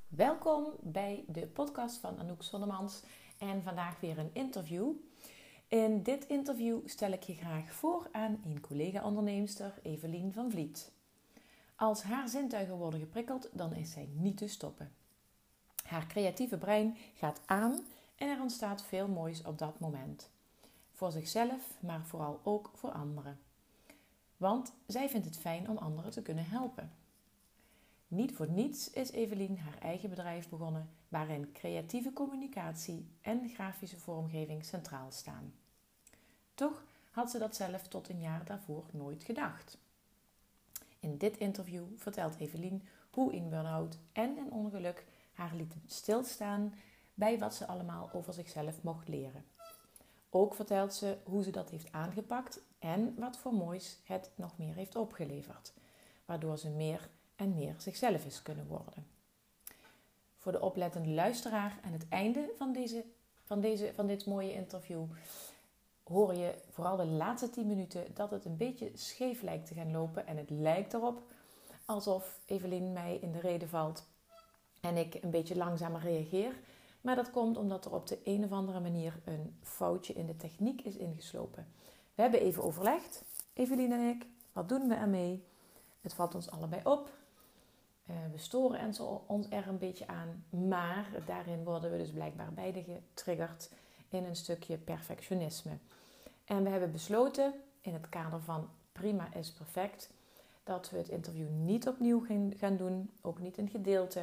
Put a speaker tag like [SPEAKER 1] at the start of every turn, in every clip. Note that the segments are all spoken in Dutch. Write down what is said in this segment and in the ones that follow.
[SPEAKER 1] Welkom bij de podcast van Anouk Zonnemans en vandaag weer een interview. In dit interview stel ik je graag voor aan een collega-onderneemster, Evelien van Vliet. Als haar zintuigen worden geprikkeld, dan is zij niet te stoppen. Haar creatieve brein gaat aan en er ontstaat veel moois op dat moment. Voor zichzelf, maar vooral ook voor anderen. Want zij vindt het fijn om anderen te kunnen helpen. Niet voor niets is Evelien haar eigen bedrijf begonnen, waarin creatieve communicatie en grafische vormgeving centraal staan. Toch had ze dat zelf tot een jaar daarvoor nooit gedacht. In dit interview vertelt Evelien hoe een burn-out en een ongeluk haar lieten stilstaan bij wat ze allemaal over zichzelf mocht leren. Ook vertelt ze hoe ze dat heeft aangepakt en wat voor moois het nog meer heeft opgeleverd, waardoor ze meer en meer zichzelf is kunnen worden. Voor de oplettende luisteraar aan het einde van dit mooie interview hoor je vooral de laatste 10 minuten dat het een beetje scheef lijkt te gaan lopen. En het lijkt erop alsof Evelien mij in de rede valt en ik een beetje langzamer reageer. Maar dat komt omdat er op de een of andere manier een foutje in de techniek is ingeslopen. We hebben even overlegd, Evelien en ik, wat doen we ermee? Het valt ons allebei op. We storen ons er een beetje aan, maar daarin worden we dus blijkbaar beide getriggerd in een stukje perfectionisme. En we hebben besloten, in het kader van prima is perfect, dat we het interview niet opnieuw gaan doen, ook niet in gedeelte,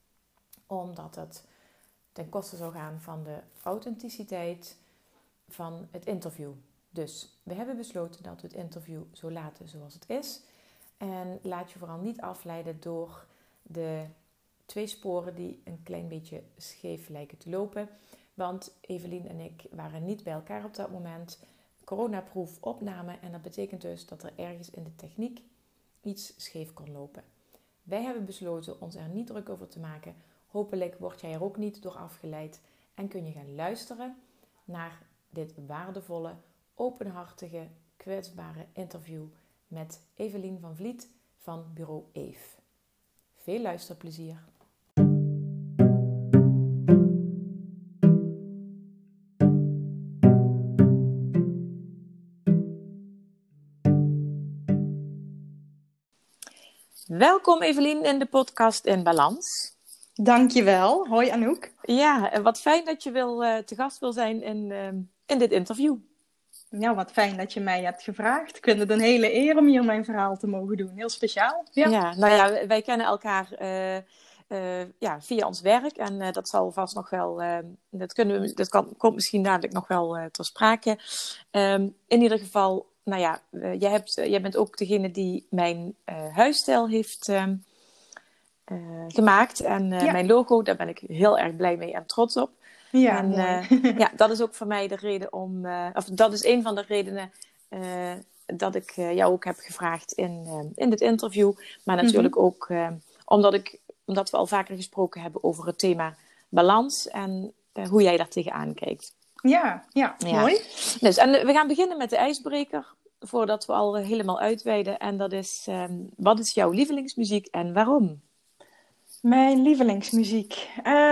[SPEAKER 1] omdat het ten koste zou gaan van de authenticiteit van het interview. Dus we hebben besloten dat we het interview zo laten zoals het is. En laat je vooral niet afleiden door de 2 sporen die een klein beetje scheef lijken te lopen. Want Evelien en ik waren niet bij elkaar op dat moment. Coronaproof opname en dat betekent dus dat er ergens in de techniek iets scheef kon lopen. Wij hebben besloten ons er niet druk over te maken. Hopelijk word jij er ook niet door afgeleid en kun je gaan luisteren naar dit waardevolle, openhartige, kwetsbare interview met Evelien van Vliet van Bureau Eve. Veel luisterplezier. Welkom Evelien in de podcast In Balans.
[SPEAKER 2] Dankjewel. Hoi Anouk.
[SPEAKER 1] Ja, en wat fijn dat je te gast wil zijn in dit interview.
[SPEAKER 2] Nou, wat fijn dat je mij hebt gevraagd. Ik vind het een hele eer om hier mijn verhaal te mogen doen. Heel speciaal.
[SPEAKER 1] Ja, nou ja, wij kennen elkaar via ons werk. En dat zal vast nog wel... komt misschien dadelijk nog wel ter sprake. In ieder geval, nou ja, jij bent ook degene die mijn huisstijl heeft gemaakt. En mijn logo, daar ben ik heel erg blij mee en trots op.
[SPEAKER 2] Ja,
[SPEAKER 1] en
[SPEAKER 2] mooi.
[SPEAKER 1] dat is ook voor mij de reden om... dat is een van de redenen dat ik jou ook heb gevraagd in dit interview. Maar natuurlijk ook omdat we al vaker gesproken hebben over het thema balans en hoe jij daar tegenaan kijkt.
[SPEAKER 2] Ja, mooi.
[SPEAKER 1] Dus, en we gaan beginnen met de ijsbreker, voordat we al helemaal uitweiden. En dat is, wat is jouw lievelingsmuziek en waarom?
[SPEAKER 2] Mijn lievelingsmuziek.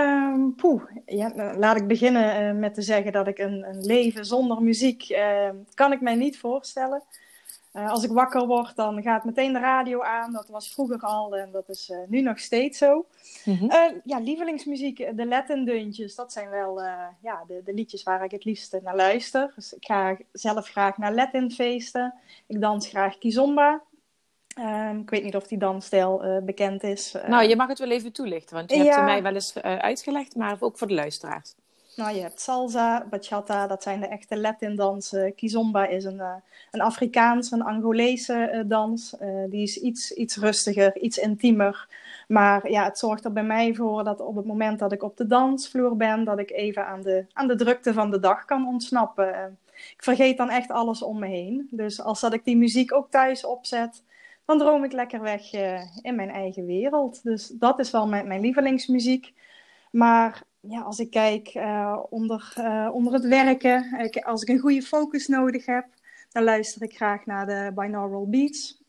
[SPEAKER 2] Laat ik beginnen met te zeggen dat ik een leven zonder muziek kan ik mij niet voorstellen. Als ik wakker word, dan gaat meteen de radio aan. Dat was vroeger al en dat is nu nog steeds zo. Lievelingsmuziek, de Latin-deuntjes, dat zijn wel de liedjes waar ik het liefst naar luister. Dus ik ga zelf graag naar Latin-feesten. Ik dans graag kizomba. Ik weet niet of die dansstijl bekend is.
[SPEAKER 1] Nou, je mag het wel even toelichten, want je hebt het mij wel eens uitgelegd, maar ook voor de luisteraars.
[SPEAKER 2] Nou, je hebt salsa, bachata, dat zijn de echte Latin-dansen. Kizomba is een Afrikaans, een Angolese dans. Die is iets rustiger, iets intiemer. Maar ja, het zorgt er bij mij voor dat op het moment dat ik op de dansvloer ben, dat ik even aan de drukte van de dag kan ontsnappen. Ik vergeet dan echt alles om me heen. Dus als dat ik die muziek ook thuis opzet, dan droom ik lekker weg in mijn eigen wereld. Dus dat is wel mijn lievelingsmuziek. Maar ja, als ik kijk onder het werken, als ik een goede focus nodig heb, dan luister ik graag naar de binaural beats.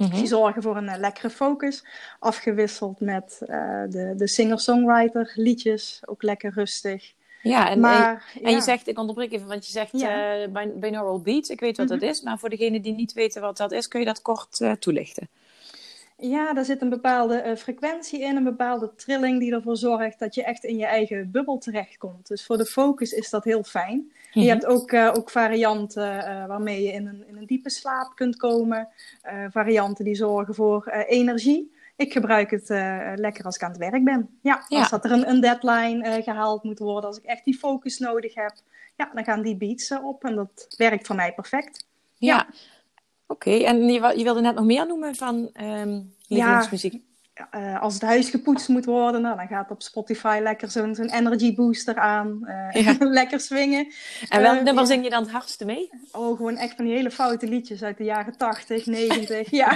[SPEAKER 2] Dus die zorgen voor een lekkere focus. Afgewisseld met de singer-songwriter liedjes. Ook lekker rustig.
[SPEAKER 1] Ja, en je zegt, ik onderbreek even, want je zegt binaural beats. Ik weet wat dat is, maar voor degenen die niet weten wat dat is, kun je dat kort toelichten?
[SPEAKER 2] Ja, daar zit een bepaalde frequentie in, een bepaalde trilling die ervoor zorgt dat je echt in je eigen bubbel terechtkomt. Dus voor de focus is dat heel fijn. Je hebt ook varianten waarmee je in een diepe slaap kunt komen. Varianten die zorgen voor energie. Ik gebruik het lekker als ik aan het werk ben. Ja, als dat er een deadline gehaald moet worden, als ik echt die focus nodig heb, ja, dan gaan die beats op en dat werkt voor mij perfect.
[SPEAKER 1] Ja. Oké, en je wilde net nog meer noemen van lievelingsmuziek.
[SPEAKER 2] Als het huis gepoetst moet worden, dan gaat op Spotify lekker zo'n energy booster aan. Lekker swingen.
[SPEAKER 1] En welk nummer zing je dan het hardste mee?
[SPEAKER 2] Oh, gewoon echt van die hele foute liedjes uit de jaren 80, 90. Ja,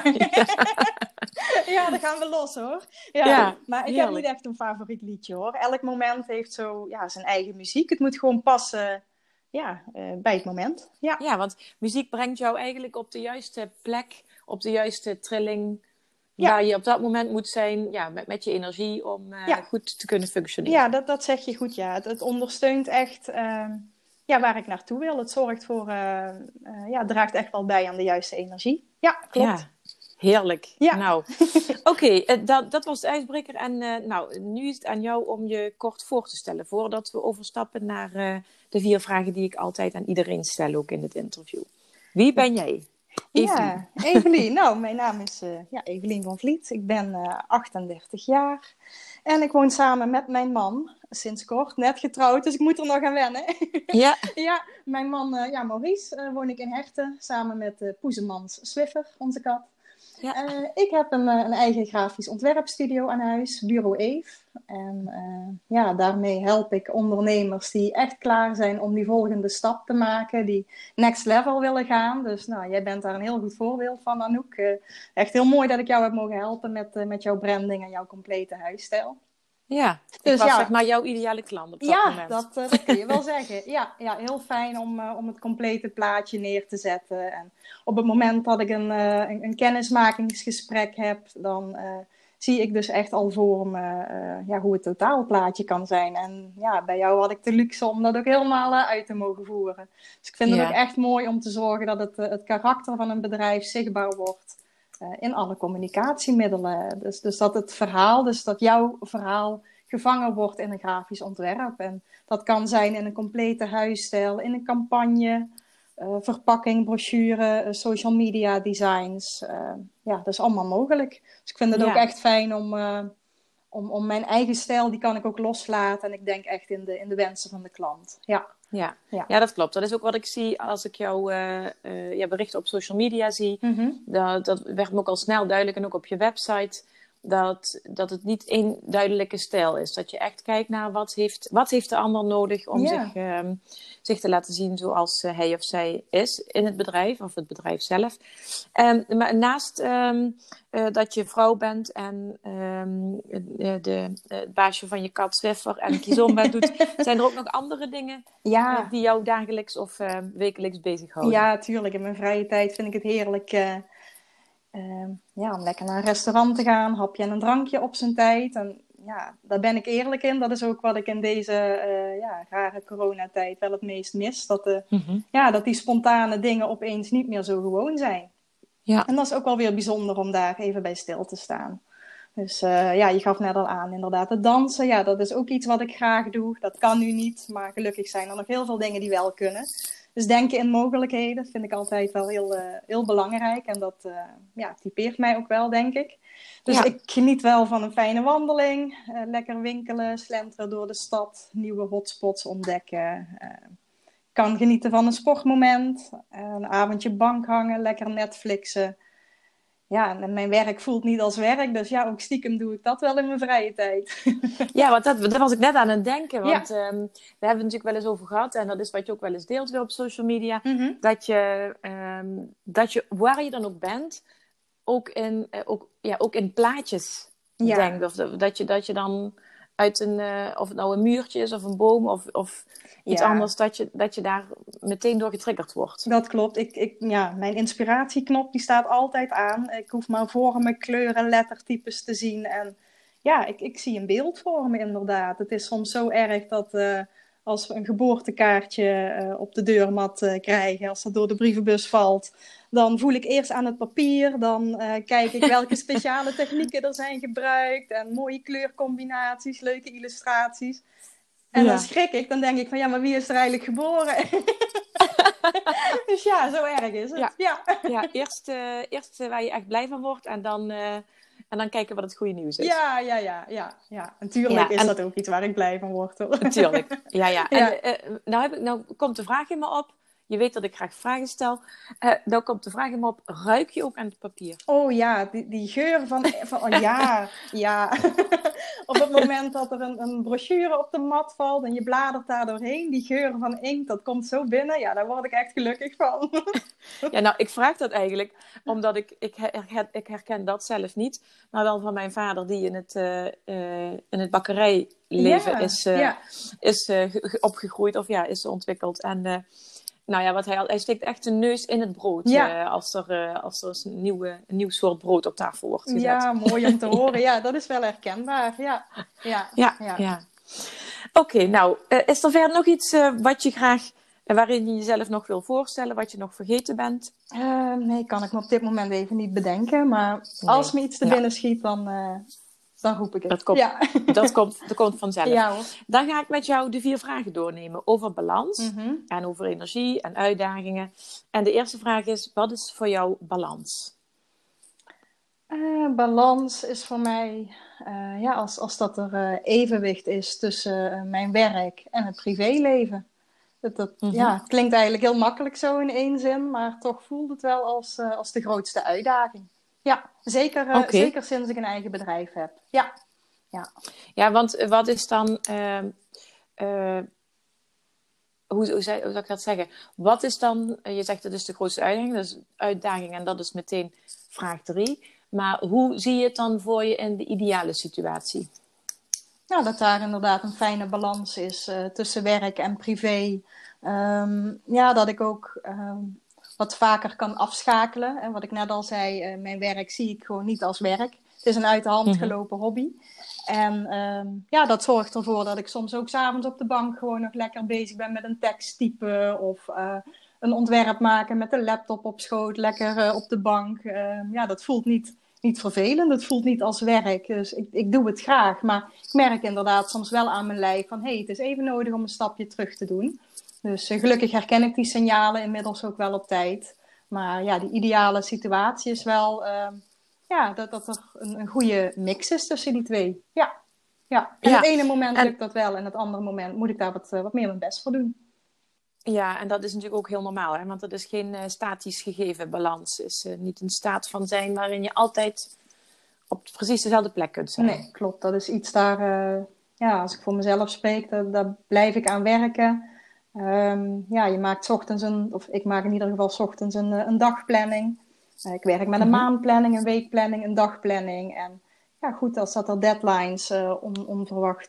[SPEAKER 2] dan gaan we los hoor. Ja, maar ik heb niet echt een favoriet liedje hoor. Elk moment heeft zo zijn eigen muziek. Het moet gewoon passen bij het moment.
[SPEAKER 1] Ja, want muziek brengt jou eigenlijk op de juiste plek, op de juiste trilling, waar je op dat moment moet zijn, met je energie om goed te kunnen functioneren.
[SPEAKER 2] Ja, dat zeg je goed, ja. Het ondersteunt echt waar ik naartoe wil. Het zorgt voor, draagt echt wel bij aan de juiste energie. Ja, klopt.
[SPEAKER 1] Ja. Heerlijk. Ja. Nou, oké, dat was de ijsbreker. En nu is het aan jou om je kort voor te stellen, voordat we overstappen naar de 4 vragen die ik altijd aan iedereen stel, ook in het interview. Wie ben jij? Evelien.
[SPEAKER 2] Ja, Evelien. Nou, mijn naam is Evelien van Vliet. Ik ben 38 jaar en ik woon samen met mijn man, sinds kort, net getrouwd, dus ik moet er nog aan wennen.
[SPEAKER 1] Ja.
[SPEAKER 2] Ja, mijn man Maurice woon ik in Herten, samen met Poezemans Swiffer, onze kat. Ja. Ik heb een eigen grafisch ontwerpstudio aan huis, Bureau Eve. En daarmee help ik ondernemers die echt klaar zijn om die volgende stap te maken, die next level willen gaan. Dus jij bent daar een heel goed voorbeeld van, Anouk. Echt heel mooi dat ik jou heb mogen helpen met jouw branding en jouw complete huisstijl.
[SPEAKER 1] Ja, dus ik was zeg maar jouw ideale klant op dat moment.
[SPEAKER 2] Ja, dat kun je wel zeggen. Ja, heel fijn om het complete plaatje neer te zetten. En op het moment dat ik een kennismakingsgesprek heb, dan zie ik dus echt al voor me hoe het totaalplaatje kan zijn. En bij jou had ik de luxe om dat ook helemaal uit te mogen voeren. Dus ik vind het ook echt mooi om te zorgen dat het karakter van een bedrijf zichtbaar wordt. In alle communicatiemiddelen. Dus dat het verhaal, dus dat jouw verhaal gevangen wordt in een grafisch ontwerp. En dat kan zijn in een complete huisstijl, in een campagne, verpakking, brochure, social media designs. Dat is allemaal mogelijk. Dus ik vind het ook echt fijn om mijn eigen stijl, die kan ik ook loslaten. En ik denk echt in de wensen van de klant. Ja,
[SPEAKER 1] dat klopt. Dat is ook wat ik zie als ik jouw berichten op social media zie. Mm-hmm. Dat werd me ook al snel duidelijk. En ook op je website. Dat het niet één duidelijke stijl is. Dat je echt kijkt naar wat heeft de ander nodig om zich te laten zien zoals hij of zij is in het bedrijf. Of het bedrijf zelf. Maar naast dat je vrouw bent en het baasje van je kat Swiffer en Kizomba doet, zijn er ook nog andere dingen die jou dagelijks of wekelijks bezighouden?
[SPEAKER 2] Ja, tuurlijk. In mijn vrije tijd vind ik het heerlijk om lekker naar een restaurant te gaan, een hapje en een drankje op zijn tijd. En daar ben ik eerlijk in. Dat is ook wat ik in deze rare coronatijd wel het meest mis. Dat die spontane dingen opeens niet meer zo gewoon zijn. Ja. En dat is ook wel weer bijzonder om daar even bij stil te staan. Dus je gaf net al aan, inderdaad, het dansen. Ja, dat is ook iets wat ik graag doe. Dat kan nu niet, maar gelukkig zijn er nog heel veel dingen die wel kunnen. Dus denken in mogelijkheden vind ik altijd wel heel belangrijk. En dat typeert mij ook wel, denk ik. Dus ik geniet wel van een fijne wandeling. Lekker winkelen, slenteren door de stad. Nieuwe hotspots ontdekken. Kan genieten van een sportmoment. Een avondje bank hangen, lekker Netflixen. Ja, en mijn werk voelt niet als werk. Dus ook stiekem doe ik dat wel in mijn vrije tijd.
[SPEAKER 1] Ja, want dat was ik net aan het denken. Want we hebben het natuurlijk wel eens over gehad. En dat is wat je ook wel eens deelt weer op social media. Mm-hmm. Dat je, waar je dan ook bent, ook in plaatjes denkt. Of dat je dan uit of het nou een muurtje is of een boom of iets anders, dat je daar meteen door getriggerd wordt.
[SPEAKER 2] Dat klopt. Mijn inspiratieknop die staat altijd aan. Ik hoef maar vormen, kleuren, lettertypes te zien. En ja, ik zie een beeld voor me inderdaad. Het is soms zo erg dat als we een geboortekaartje op de deurmat krijgen, als dat door de brievenbus valt, dan voel ik eerst aan het papier. Dan kijk ik welke speciale technieken er zijn gebruikt. En mooie kleurcombinaties, leuke illustraties. En dan schrik ik, dan denk ik van maar wie is er eigenlijk geboren? Dus ja, zo erg is het.
[SPEAKER 1] Ja, eerst waar je echt blij van wordt en dan kijken wat het goede nieuws is.
[SPEAKER 2] Ja. Natuurlijk is dat ook iets waar ik blij van word. Hoor.
[SPEAKER 1] Natuurlijk, ja. En nou komt de vraag in me op. Je weet dat ik graag vragen stel. Nou komt de vraag in me op. Ruik je ook aan het papier?
[SPEAKER 2] Oh ja, die geur van ja. Op het moment dat er een brochure op de mat valt en je bladert daar doorheen, die geur van inkt, dat komt zo binnen. Ja, daar word ik echt gelukkig van.
[SPEAKER 1] Ja, nou, ik vraag dat eigenlijk omdat ik herken dat zelf niet, maar wel van mijn vader die in het bakkerijleven is opgegroeid of is ontwikkeld. En hij steekt echt zijn neus in het brood als er een nieuw soort brood op tafel wordt gezet.
[SPEAKER 2] Ja, mooi om te horen. Ja, dat is wel herkenbaar. Ja.
[SPEAKER 1] Oké, nou, is er verder nog iets wat je graag, waarin je jezelf nog wil voorstellen, wat je nog vergeten bent?
[SPEAKER 2] Nee, kan ik me op dit moment even niet bedenken. Maar als me iets te binnen schiet, dan roep ik het.
[SPEAKER 1] Dat komt vanzelf.
[SPEAKER 2] Ja, hoor.
[SPEAKER 1] Dan ga ik met jou de 4 vragen doornemen over balans en over energie en uitdagingen. En de eerste vraag is, wat is voor jou balans?
[SPEAKER 2] Balans is voor mij, als dat er evenwicht is tussen mijn werk en het privéleven. Het klinkt eigenlijk heel makkelijk zo in één zin, maar toch voelt het wel als de grootste uitdaging. Ja, zeker sinds ik een eigen bedrijf heb. Ja,
[SPEAKER 1] want wat is dan... hoe zou ik dat zeggen? Wat is dan... je zegt dat is de grootste uitdaging en dat is meteen vraag 3. Maar hoe zie je het dan voor je in de ideale situatie?
[SPEAKER 2] Nou, dat daar inderdaad een fijne balans is tussen werk en privé. Dat ik ook... wat vaker kan afschakelen. En wat ik net al zei, mijn werk zie ik gewoon niet als werk. Het is een uit de hand gelopen hobby. En dat zorgt ervoor dat ik soms ook 's avonds op de bank gewoon nog lekker bezig ben met een tekst typen. Of een ontwerp maken met de laptop op schoot, lekker op de bank. Dat voelt niet vervelend, het voelt niet als werk. Dus ik doe het graag. Maar ik merk inderdaad soms wel aan mijn lijf van het is even nodig om een stapje terug te doen. Dus gelukkig herken ik die signalen inmiddels ook wel op tijd. Maar die ideale situatie is wel dat er een goede mix is tussen die twee. Ja. En het ene moment lukt dat wel en het andere moment moet ik daar wat meer mijn best voor doen.
[SPEAKER 1] Ja, en dat is natuurlijk ook heel normaal, hè? Want dat is geen statisch gegeven balans. Het is niet een staat van zijn waarin je altijd op precies dezelfde plek kunt zijn.
[SPEAKER 2] Nee, klopt. Dat is iets daar, als ik voor mezelf spreek, daar blijf ik aan werken. Je maakt ik maak in ieder geval 's ochtends een dagplanning. Ik werk met een maandplanning, een weekplanning, een dagplanning. En goed, als dat er deadlines onverwacht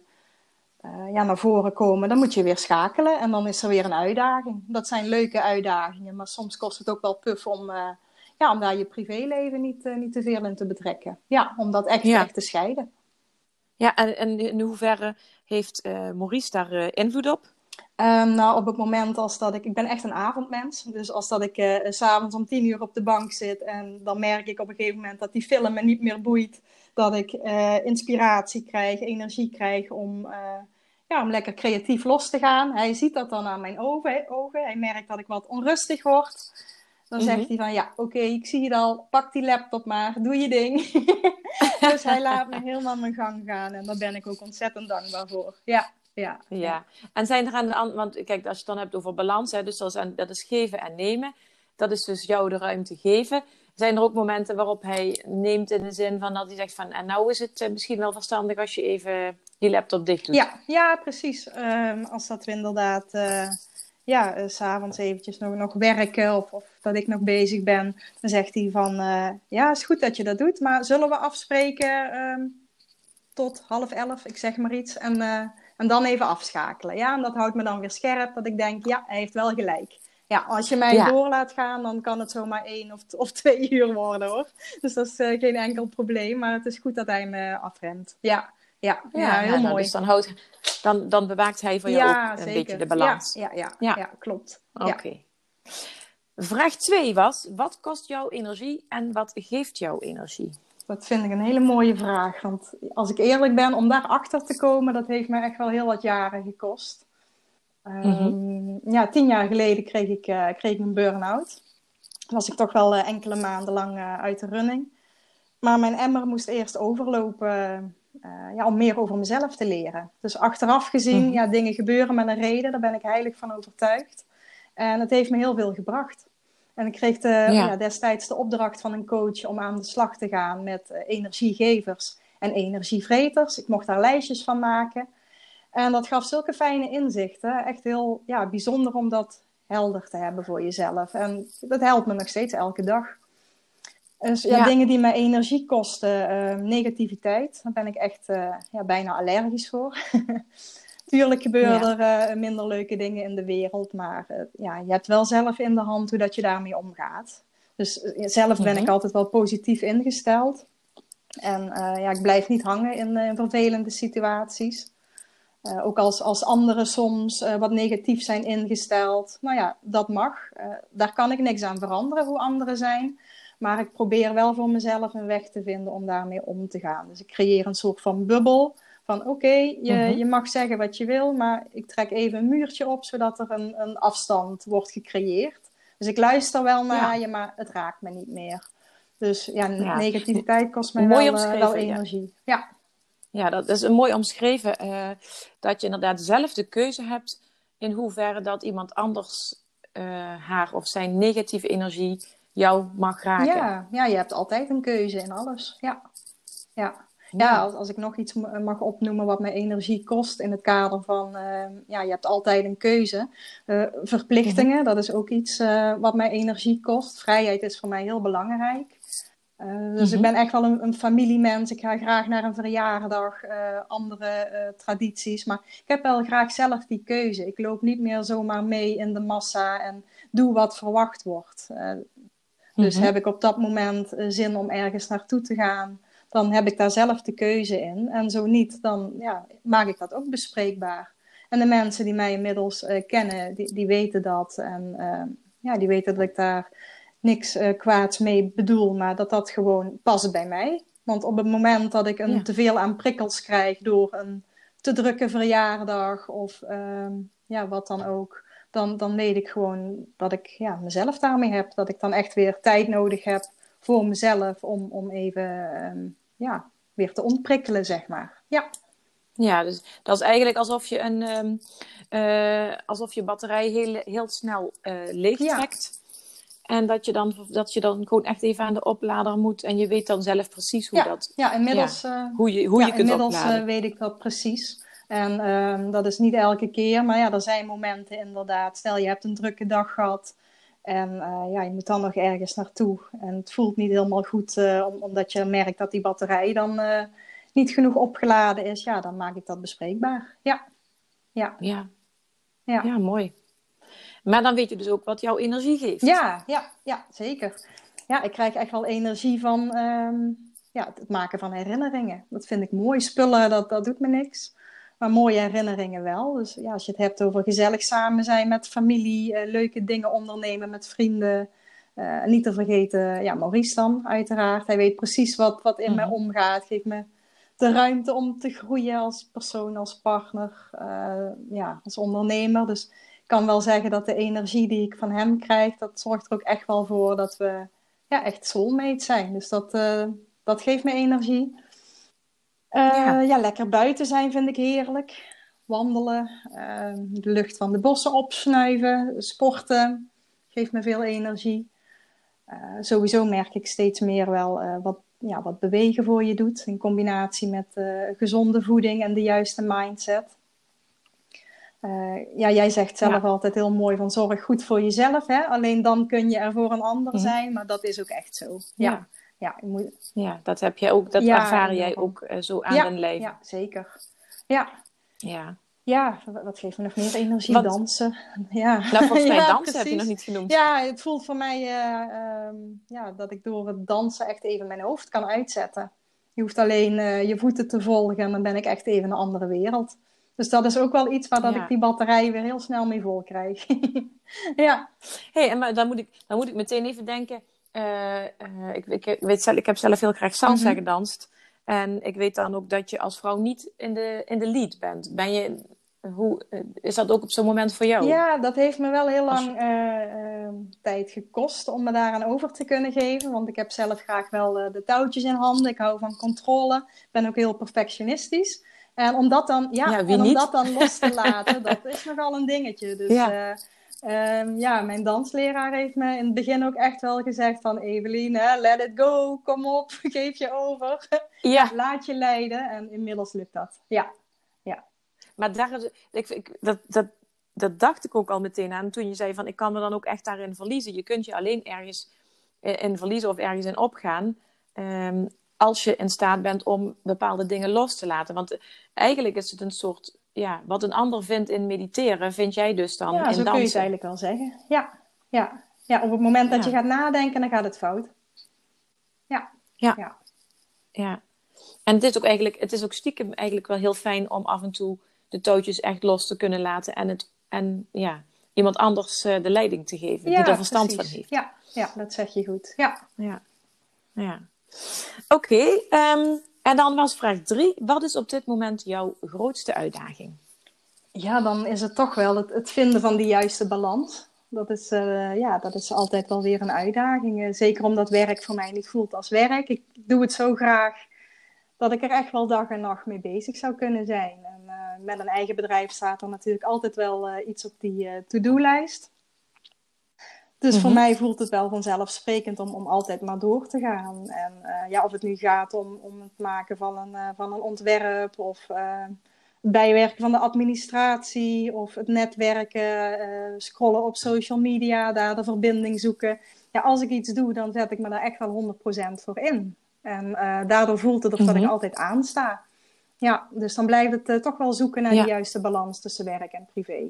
[SPEAKER 2] naar voren komen, dan moet je weer schakelen. En dan is er weer een uitdaging. Dat zijn leuke uitdagingen, maar soms kost het ook wel puff om daar je privéleven niet te veel in te betrekken. Ja, om dat echt te scheiden.
[SPEAKER 1] Ja, en in hoeverre heeft Maurice daar invloed op?
[SPEAKER 2] Op het moment ik ben echt een avondmens. Dus als dat ik 's avonds om 10 uur op de bank zit en dan merk ik op een gegeven moment dat die film me niet meer boeit. Dat ik inspiratie krijg, energie krijg om lekker creatief los te gaan. Hij ziet dat dan aan mijn ogen. Hij merkt dat ik wat onrustig word. Dan zegt hij van oké, ik zie het al. Pak die laptop maar, doe je ding. Dus hij laat me helemaal mijn gang gaan. En daar ben ik ook ontzettend dankbaar voor. Ja.
[SPEAKER 1] En zijn er want kijk, als je het dan hebt over balans, hè, dus dat is geven en nemen. Dat is dus jou de ruimte geven. Zijn er ook momenten waarop hij neemt in de zin van dat hij zegt van, en nou is het misschien wel verstandig als je even je laptop dicht doet?
[SPEAKER 2] Ja, precies. Als dat we inderdaad, 's avonds eventjes nog werken of dat ik nog bezig ben, dan zegt hij van, is goed dat je dat doet, maar zullen we afspreken tot 10:30, ik zeg maar iets. En dan even afschakelen. Ja, en dat houdt me dan weer scherp, dat ik denk, ja, hij heeft wel gelijk. Ja, als je mij door laat gaan, dan kan het zomaar 1 of 2 uur worden, hoor. Dus dat is geen enkel probleem, maar het is goed dat hij me afremt. Ja, heel mooi.
[SPEAKER 1] Dus dan bewaakt hij voor jou ook een beetje de balans.
[SPEAKER 2] Ja, klopt.
[SPEAKER 1] Oké. Ja. Vraag 2 was, wat kost jouw energie en wat geeft jouw energie?
[SPEAKER 2] Dat vind ik een hele mooie vraag. Want als ik eerlijk ben, om daarachter te komen, dat heeft mij echt wel heel wat jaren gekost. 10 jaar geleden kreeg ik een burn-out. Was ik toch wel enkele maanden lang uit de running. Maar mijn emmer moest eerst overlopen om meer over mezelf te leren. Dus achteraf gezien, dingen gebeuren met een reden. Daar ben ik heilig van overtuigd. En het heeft me heel veel gebracht. En ik kreeg destijds de opdracht van een coach om aan de slag te gaan met energiegevers en energievreters. Ik mocht daar lijstjes van maken. En dat gaf zulke fijne inzichten. Echt heel bijzonder om dat helder te hebben voor jezelf. En dat helpt me nog steeds elke dag. Dus dingen die mij energie kosten, negativiteit, daar ben ik echt bijna allergisch voor. Tuurlijk gebeuren er minder leuke dingen in de wereld, maar je hebt wel zelf in de hand hoe dat je daarmee omgaat. Dus zelf ben ik altijd wel positief ingesteld. En ik blijf niet hangen in vervelende situaties. Ook als anderen soms wat negatief zijn ingesteld. Nou ja, dat mag. Daar kan ik niks aan veranderen hoe anderen zijn. Maar ik probeer wel voor mezelf een weg te vinden om daarmee om te gaan. Dus ik creëer een soort van bubbel. Van oké, je mag zeggen wat je wil, maar ik trek even een muurtje op, zodat er een afstand wordt gecreëerd. Dus ik luister wel naar je, maar het raakt me niet meer. Dus negativiteit kost mij wel energie.
[SPEAKER 1] Ja, dat is een mooi omschreven. Dat je inderdaad zelf de keuze hebt in hoeverre dat iemand anders haar of zijn negatieve energie jou mag raken.
[SPEAKER 2] Ja, je hebt altijd een keuze in alles. Ja, als ik nog iets mag opnoemen wat mij energie kost in het kader van, je hebt altijd een keuze. Verplichtingen, dat is ook iets wat mij energie kost. Vrijheid is voor mij heel belangrijk. Dus ik ben echt wel een familiemens. Ik ga graag naar een verjaardag, andere tradities. Maar ik heb wel graag zelf die keuze. Ik loop niet meer zomaar mee in de massa en doe wat verwacht wordt. Dus heb ik op dat moment zin om ergens naartoe te gaan, dan heb ik daar zelf de keuze in. En zo niet, dan maak ik dat ook bespreekbaar. En de mensen die mij inmiddels kennen, die weten dat. En die weten dat ik daar niks kwaads mee bedoel, maar dat gewoon past bij mij. Want op het moment dat ik een teveel aan prikkels krijg door een te drukke verjaardag of wat dan ook, dan weet ik gewoon dat ik mezelf daarmee heb. Dat ik dan echt weer tijd nodig heb voor mezelf om even weer te ontprikkelen, zeg maar.
[SPEAKER 1] Ja, dus dat is eigenlijk alsof je batterij heel snel leegtrekt. En dat je dan gewoon echt even aan de oplader moet. En je weet dan zelf precies hoe dat...
[SPEAKER 2] Ja, inmiddels,
[SPEAKER 1] hoe je kunt
[SPEAKER 2] inmiddels
[SPEAKER 1] opladen.
[SPEAKER 2] Weet ik dat precies. En dat is niet elke keer. Maar er zijn momenten inderdaad. Stel, je hebt een drukke dag gehad. En je moet dan nog ergens naartoe. En het voelt niet helemaal goed. Omdat je merkt dat die batterij dan niet genoeg opgeladen is. Ja, dan maak ik dat bespreekbaar. Ja,
[SPEAKER 1] mooi. Maar dan weet je dus ook wat jouw energie geeft.
[SPEAKER 2] Ja, zeker. Ja, ik krijg echt wel energie van het maken van herinneringen. Dat vind ik mooi. Spullen, dat doet me niks. Maar mooie herinneringen wel. Dus als je het hebt over gezellig samen zijn met familie, leuke dingen ondernemen met vrienden. Niet te vergeten, Maurice dan uiteraard. Hij weet precies wat in mij omgaat. Geeft me de ruimte om te groeien als persoon, als partner, als ondernemer. Dus ik kan wel zeggen dat de energie die ik van hem krijg, dat zorgt er ook echt wel voor dat we echt soulmates zijn. Dus dat geeft me energie. Lekker buiten zijn vind ik heerlijk. Wandelen, de lucht van de bossen opsnuiven, sporten, geeft me veel energie. Sowieso merk ik steeds meer wel wat bewegen voor je doet. In combinatie met gezonde voeding en de juiste mindset. Jij zegt zelf altijd heel mooi van zorg goed voor jezelf. Hè? Alleen dan kun je er voor een ander zijn. Maar dat is ook echt zo. Ja,
[SPEAKER 1] Ja, dat heb jij ook, dat ervaar jij ook zo aan den lijf.
[SPEAKER 2] Ja, zeker. Ja.
[SPEAKER 1] Ja.
[SPEAKER 2] Ja, wat geeft me nog meer energie?
[SPEAKER 1] Want,
[SPEAKER 2] dansen. Ja.
[SPEAKER 1] Nou, volgens mij dansen
[SPEAKER 2] precies.
[SPEAKER 1] heb je nog niet genoemd.
[SPEAKER 2] Ja, het voelt voor mij dat ik door het dansen echt even mijn hoofd kan uitzetten. Je hoeft alleen je voeten te volgen en dan ben ik echt even een andere wereld. Dus dat is ook wel iets waar dat ik die batterij weer heel snel mee vol krijg. Ja.
[SPEAKER 1] Hey, maar dan moet ik meteen even denken. Ik heb zelf heel graag salsa gedanst. En ik weet dan ook dat je als vrouw niet in de lead bent. Is dat ook op zo'n moment voor jou?
[SPEAKER 2] Ja, dat heeft me wel heel lang tijd gekost om me daaraan over te kunnen geven. Want ik heb zelf graag wel de touwtjes in handen. Ik hou van controle. Ik ben ook heel perfectionistisch. En om dat dan, dat dan los te laten, dat is nogal een dingetje. Dus mijn dansleraar heeft me in het begin ook echt wel gezegd van... Evelien, let it go, kom op, geef je over. Laat je leiden. En inmiddels lukt dat, ja.
[SPEAKER 1] Maar dat dacht ik ook al meteen aan toen je zei van... ik kan me dan ook echt daarin verliezen. Je kunt je alleen ergens in verliezen of ergens in opgaan... als je in staat bent om bepaalde dingen los te laten. Want eigenlijk is het een soort... Ja, wat een ander vindt in mediteren, vind jij dus dan in dansen.
[SPEAKER 2] Ja, zo kun je het eigenlijk wel zeggen. Ja, op het moment dat je gaat nadenken, dan gaat het fout.
[SPEAKER 1] Ja. En het is ook stiekem eigenlijk wel heel fijn om af en toe de touwtjes echt los te kunnen laten. En iemand anders de leiding te geven, die er verstand van heeft.
[SPEAKER 2] Ja, dat zeg je goed.
[SPEAKER 1] Ja. Oké, en dan was vraag 3. Wat is op dit moment jouw grootste uitdaging?
[SPEAKER 2] Ja, dan is het toch wel het vinden van die juiste balans. Dat is altijd wel weer een uitdaging. Zeker omdat werk voor mij niet voelt als werk. Ik doe het zo graag dat ik er echt wel dag en nacht mee bezig zou kunnen zijn. En met een eigen bedrijf staat er natuurlijk altijd wel iets op die to-do-lijst. Dus voor mij voelt het wel vanzelfsprekend om altijd maar door te gaan. En of het nu gaat om het maken van een ontwerp of het bijwerken van de administratie of het netwerken, scrollen op social media, daar de verbinding zoeken. Ja, als ik iets doe, dan zet ik me daar echt wel 100% voor in. En daardoor voelt het dat ik altijd aansta. Ja, dus dan blijft het toch wel zoeken naar de juiste balans tussen werk en privé.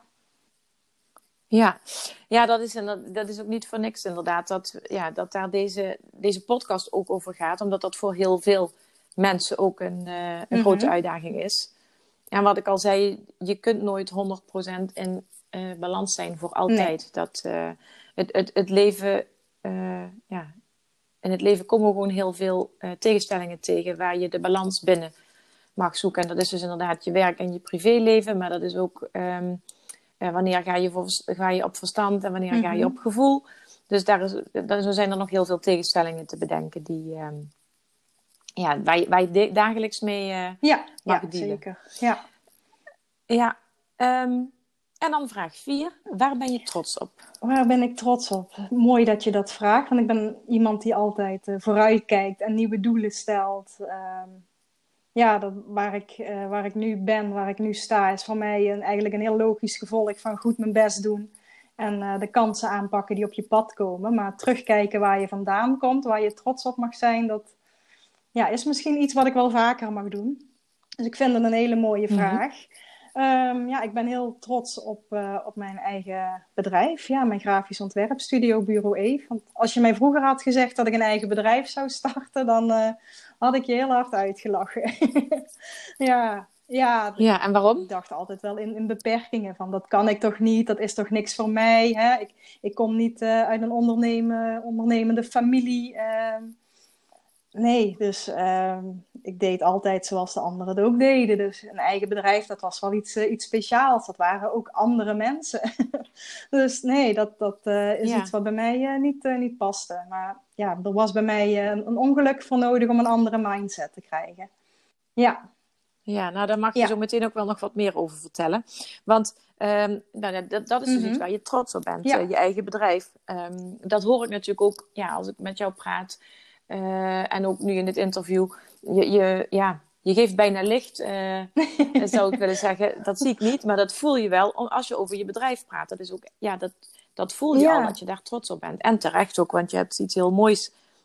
[SPEAKER 1] Ja, dat is ook niet voor niks inderdaad. Dat daar deze podcast ook over gaat. Omdat dat voor heel veel mensen ook een grote uitdaging is. En wat ik al zei, je kunt nooit 100% in balans zijn voor altijd. Nee. Het leven... in het leven komen we gewoon heel veel tegenstellingen tegen... waar je de balans binnen mag zoeken. En dat is dus inderdaad je werk en je privéleven. Maar dat is ook... wanneer ga je op verstand en wanneer ga je op gevoel. Dus zo zijn er nog heel veel tegenstellingen te bedenken... waar je dagelijks mee mag dealen.
[SPEAKER 2] Zeker.
[SPEAKER 1] Ja. En dan vraag 4. Waar ben je trots op?
[SPEAKER 2] Waar ben ik trots op? Mooi dat je dat vraagt. Want ik ben iemand die altijd vooruit kijkt en nieuwe doelen stelt. Waar ik nu ben, waar ik nu sta, is voor mij eigenlijk een heel logisch gevolg van goed mijn best doen. En de kansen aanpakken die op je pad komen. Maar terugkijken waar je vandaan komt, waar je trots op mag zijn, dat is misschien iets wat ik wel vaker mag doen. Dus ik vind het een hele mooie vraag. Ik ben heel trots op mijn eigen bedrijf. Ja, mijn grafisch ontwerpstudio Bureau Eve. Want als je mij vroeger had gezegd dat ik een eigen bedrijf zou starten, dan had ik je heel hard uitgelachen. Ja,
[SPEAKER 1] en waarom?
[SPEAKER 2] Ik dacht altijd wel in beperkingen van dat kan ik toch niet, dat is toch niks voor mij. Hè? Ik kom niet uit een ondernemende familie. Nee, dus ik deed altijd zoals de anderen het ook deden. Dus een eigen bedrijf, dat was wel iets speciaals. Dat waren ook andere mensen. Dus nee, dat is iets wat bij mij niet paste. Maar ja, er was bij mij een ongeluk voor nodig om een andere mindset te krijgen. Ja.
[SPEAKER 1] Ja, nou daar mag je zo meteen ook wel nog wat meer over vertellen. Want dat is dus iets waar je trots op bent. Je eigen bedrijf. Dat hoor ik natuurlijk ook als ik met jou praat... en ook nu in dit interview, je geeft bijna licht, zou ik willen zeggen. Dat zie ik niet, maar dat voel je wel als je over je bedrijf praat. Dat is ook, dat voel je al, dat je daar trots op bent. En terecht ook, want je hebt iets heel moois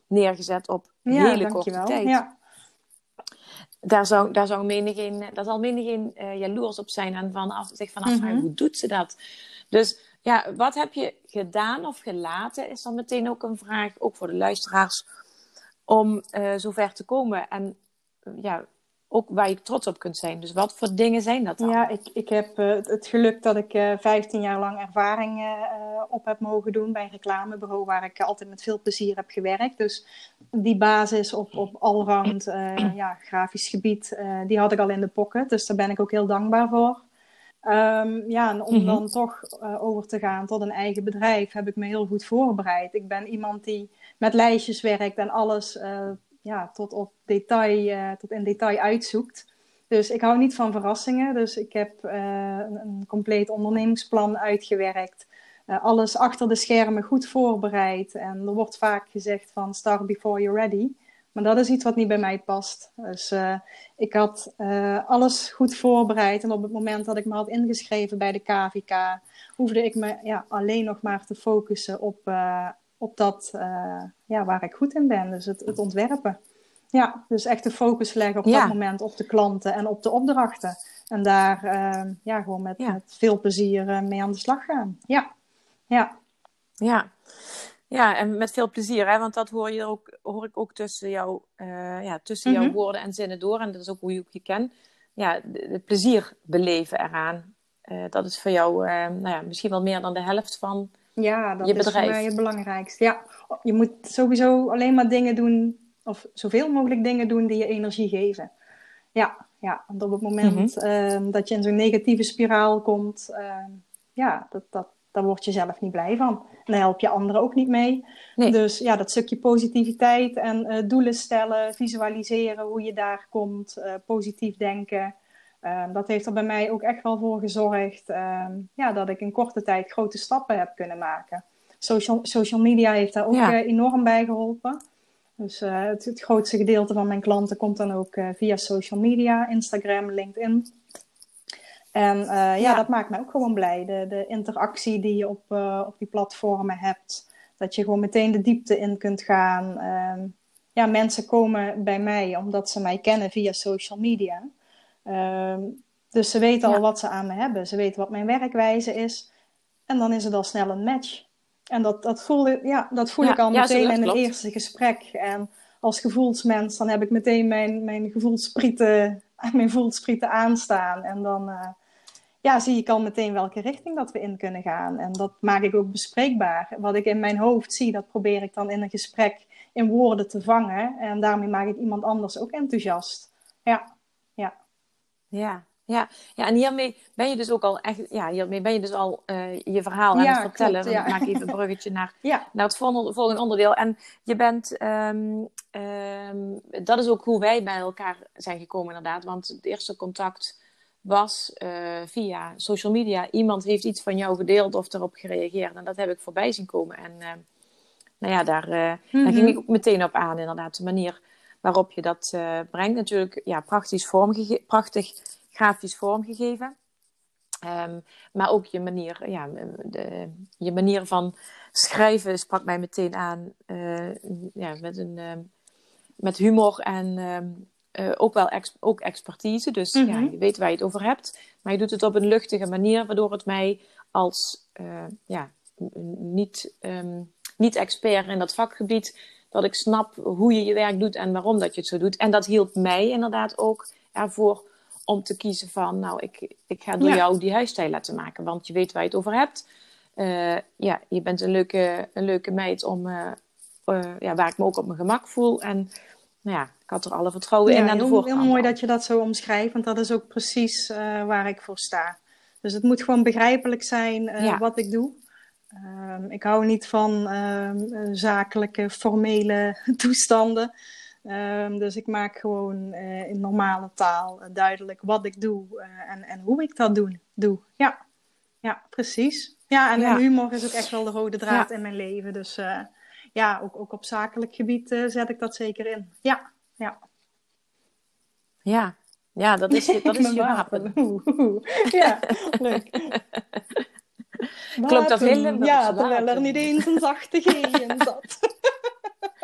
[SPEAKER 1] neergezet op
[SPEAKER 2] Ja,
[SPEAKER 1] hele korte
[SPEAKER 2] dankjewel.
[SPEAKER 1] tijd.
[SPEAKER 2] Ja.
[SPEAKER 1] Daar zal menigeen jaloers op zijn en zich van afvragen, hoe doet ze dat? Dus ja, wat heb je gedaan of gelaten, is dan meteen ook een vraag, ook voor de luisteraars, om zover te komen. En ja, ook waar je trots op kunt zijn. Dus wat voor dingen zijn dat dan?
[SPEAKER 2] Ja, ik heb het geluk dat ik 15 jaar lang ervaring op heb mogen doen bij een reclamebureau waar ik altijd met veel plezier heb gewerkt. Dus die basis op allround grafisch gebied, die had ik al in de pocket. Dus daar ben ik ook heel dankbaar voor. En om dan toch over te gaan tot een eigen bedrijf, heb ik me heel goed voorbereid. Ik ben iemand die met lijstjes werkt en alles tot in detail uitzoekt. Dus ik hou niet van verrassingen. Dus ik heb een compleet ondernemingsplan uitgewerkt. Alles achter de schermen goed voorbereid. En er wordt vaak gezegd van start before you're ready. Maar dat is iets wat niet bij mij past. Dus ik had alles goed voorbereid. En op het moment dat ik me had ingeschreven bij de KVK, hoefde ik me alleen nog maar te focussen op dat waar ik goed in ben. Dus het ontwerpen. Ja, dus echt de focus leggen op dat moment op de klanten en op de opdrachten. En daar gewoon met veel plezier mee aan de slag gaan.
[SPEAKER 1] Ja, en met veel plezier, hè? Want dat hoor ik ook tussen jouw woorden en zinnen door. En dat is ook hoe ik je ken. Ja, het plezier beleven eraan. Dat is voor jou misschien wel meer dan de helft van je bedrijf. Ja, dat is voor mij
[SPEAKER 2] het belangrijkste. Ja, je moet sowieso alleen maar dingen doen, of zoveel mogelijk dingen doen die je energie geven. Ja, want op het moment dat je in zo'n negatieve spiraal komt, daar word je zelf niet blij van. En daar help je anderen ook niet mee. Nee. Dus dat stukje positiviteit en doelen stellen, visualiseren hoe je daar komt, positief denken. Dat heeft er bij mij ook echt wel voor gezorgd dat ik in korte tijd grote stappen heb kunnen maken. Social media heeft daar ook enorm bij geholpen. Dus het grootste gedeelte van mijn klanten komt dan ook via social media, Instagram, LinkedIn. En dat maakt mij ook gewoon blij. De interactie die je op die platformen hebt. Dat je gewoon meteen de diepte in kunt gaan. Mensen komen bij mij omdat ze mij kennen via social media. Dus ze weten al wat ze aan me hebben. Ze weten wat mijn werkwijze is. En dan is het al snel een match. En dat voel ik al meteen in het eerste gesprek. En als gevoelsmens, dan heb ik meteen mijn voelsprieten aanstaan. En dan zie ik al meteen welke richting dat we in kunnen gaan. En dat maak ik ook bespreekbaar. Wat ik in mijn hoofd zie, dat probeer ik dan in een gesprek in woorden te vangen. En daarmee maak ik iemand anders ook enthousiast.
[SPEAKER 1] Ja, en hiermee ben je dus ook al echt, hiermee ben je dus al je verhaal aan het vertellen. Klopt, Dan maak ik even een bruggetje naar het volgende onderdeel. En je bent, dat is ook hoe wij bij elkaar zijn gekomen inderdaad. Want het eerste contact was via social media. Iemand heeft iets van jou gedeeld of erop gereageerd. En dat heb ik voorbij zien komen. En daar ging ik ook meteen op aan inderdaad. De manier waarop je dat brengt. Natuurlijk, prachtig grafisch vormgegeven. Maar ook je manier, je manier van schrijven sprak mij meteen aan. Met humor en ook wel ook expertise. Dus je weet waar je het over hebt. Maar je doet het op een luchtige manier, waardoor het mij als niet expert in dat vakgebied, dat ik snap hoe je je werk doet en waarom dat je het zo doet. En dat hielp mij inderdaad ook ervoor om te kiezen van, ik ga door jou die huisstijl laten maken. Want je weet waar je het over hebt. Je bent een leuke meid om, waar ik me ook op mijn gemak voel. En ik had er alle vertrouwen in aan de voorkant.
[SPEAKER 2] Heel mooi dat je dat zo omschrijft, want dat is ook precies waar ik voor sta. Dus het moet gewoon begrijpelijk zijn wat ik doe. Ik hou niet van zakelijke, formele toestanden. Dus ik maak gewoon in normale taal duidelijk wat ik doe en hoe ik dat doe. Ja, precies. Ja, en humor is ook echt wel de rode draad in mijn leven. Dus ook op zakelijk gebied zet ik dat zeker in.
[SPEAKER 1] Ja, dat is je wapen.
[SPEAKER 2] Ja, leuk.
[SPEAKER 1] Klopt dat hele?
[SPEAKER 2] Ja, terwijl er niet eens een zachte G in zat.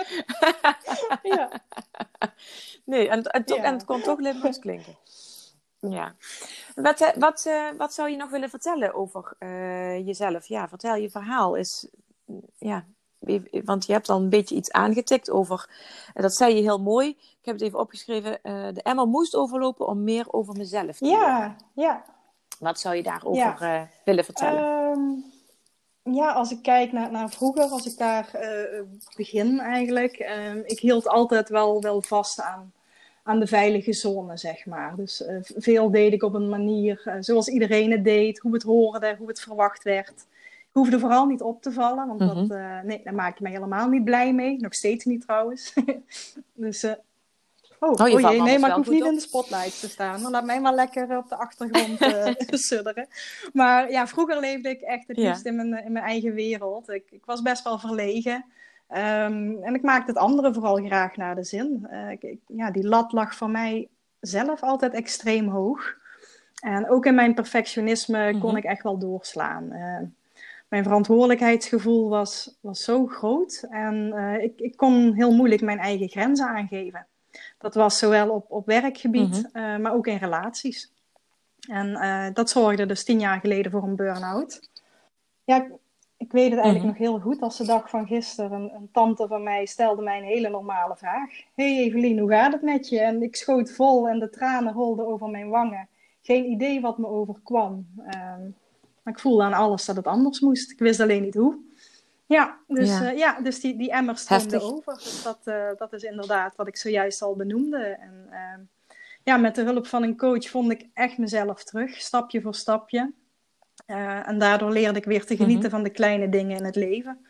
[SPEAKER 2] Ja.
[SPEAKER 1] Nee, en
[SPEAKER 2] Ja.
[SPEAKER 1] het kon toch Limburgs klinken. Ja. Wat zou je nog willen vertellen over jezelf? Ja, vertel je verhaal. Ja, want je hebt al een beetje iets aangetikt over... dat zei je heel mooi. Ik heb het even opgeschreven. De emmer moest overlopen om meer over mezelf te leren.
[SPEAKER 2] Ja.
[SPEAKER 1] Wat zou je
[SPEAKER 2] Ja.
[SPEAKER 1] daarover willen vertellen?
[SPEAKER 2] Ja, als ik kijk naar vroeger, als ik daar begin eigenlijk. Ik hield altijd wel vast aan de veilige zone, zeg maar. Dus veel deed ik op een manier zoals iedereen het deed. Hoe het hoorde, hoe het verwacht werd. Ik hoefde vooral niet op te vallen, want daar maak je mij helemaal niet blij mee. Nog steeds niet trouwens. Dus... Oh
[SPEAKER 1] Je valt
[SPEAKER 2] jee, nee,
[SPEAKER 1] anders
[SPEAKER 2] maar ik
[SPEAKER 1] wel
[SPEAKER 2] hoef
[SPEAKER 1] goed
[SPEAKER 2] niet
[SPEAKER 1] op.
[SPEAKER 2] in de spotlight te staan. Maar laat mij maar lekker op de achtergrond sudderen. Maar ja, vroeger leefde ik echt het liefst in mijn eigen wereld. Ik was best wel verlegen. En ik maakte het anderen vooral graag naar de zin. Die lat lag voor mij zelf altijd extreem hoog. En ook in mijn perfectionisme kon ik echt wel doorslaan. Mijn verantwoordelijkheidsgevoel was zo groot. En ik kon heel moeilijk mijn eigen grenzen aangeven. Dat was zowel op werkgebied, maar ook in relaties. En dat zorgde dus 10 jaar geleden voor een burn-out. Ja, ik weet het eigenlijk nog heel goed. Als de dag van gisteren, een tante van mij stelde mij een hele normale vraag. Hey Evelien, hoe gaat het met je? En ik schoot vol en de tranen rolden over mijn wangen. Geen idee wat me overkwam. Maar ik voelde aan alles dat het anders moest. Ik wist alleen niet hoe. Ja, dus die emmer stroomde over. Dus dat is inderdaad wat ik zojuist al benoemde. En met de hulp van een coach vond ik echt mezelf terug, stapje voor stapje. En daardoor leerde ik weer te genieten van de kleine dingen in het leven.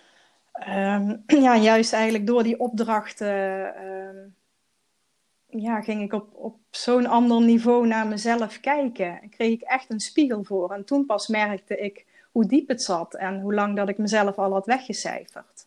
[SPEAKER 2] Juist eigenlijk door die opdrachten ging ik op zo'n ander niveau naar mezelf kijken. En kreeg ik echt een spiegel voor. En toen pas merkte ik hoe diep het zat en hoe lang dat ik mezelf al had weggecijferd.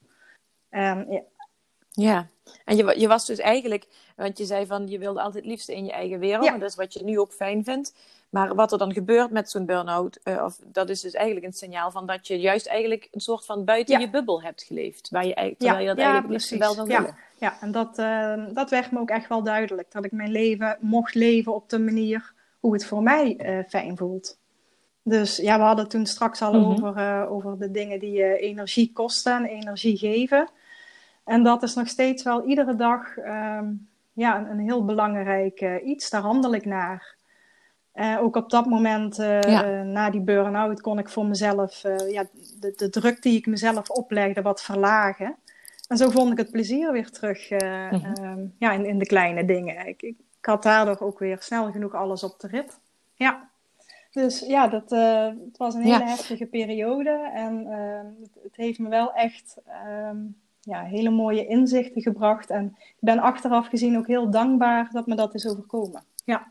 [SPEAKER 1] Ja, en je was dus eigenlijk, want je zei van je wilde altijd het liefste in je eigen wereld, en dat is wat je nu ook fijn vindt. Maar wat er dan gebeurt met zo'n burn-out, dat is dus eigenlijk een signaal van dat je juist eigenlijk een soort van buiten je bubbel hebt geleefd, terwijl je dat eigenlijk het liefste wel zou willen.
[SPEAKER 2] Ja, en dat werd me ook echt wel duidelijk, dat ik mijn leven mocht leven op de manier hoe het voor mij fijn voelt. Dus ja, we hadden het toen straks al over de dingen die je energie kosten en energie geven. En dat is nog steeds wel iedere dag een heel belangrijk iets. Daar handel ik naar. Ook op dat moment, na die burn-out, kon ik voor mezelf de druk die ik mezelf oplegde wat verlagen. En zo vond ik het plezier weer terug in de kleine dingen. Ik had daardoor ook weer snel genoeg alles op de rit. Ja. Dus ja, het was een hele heftige periode. En het heeft me wel echt hele mooie inzichten gebracht. En ik ben achteraf gezien ook heel dankbaar dat me dat is overkomen. Ja.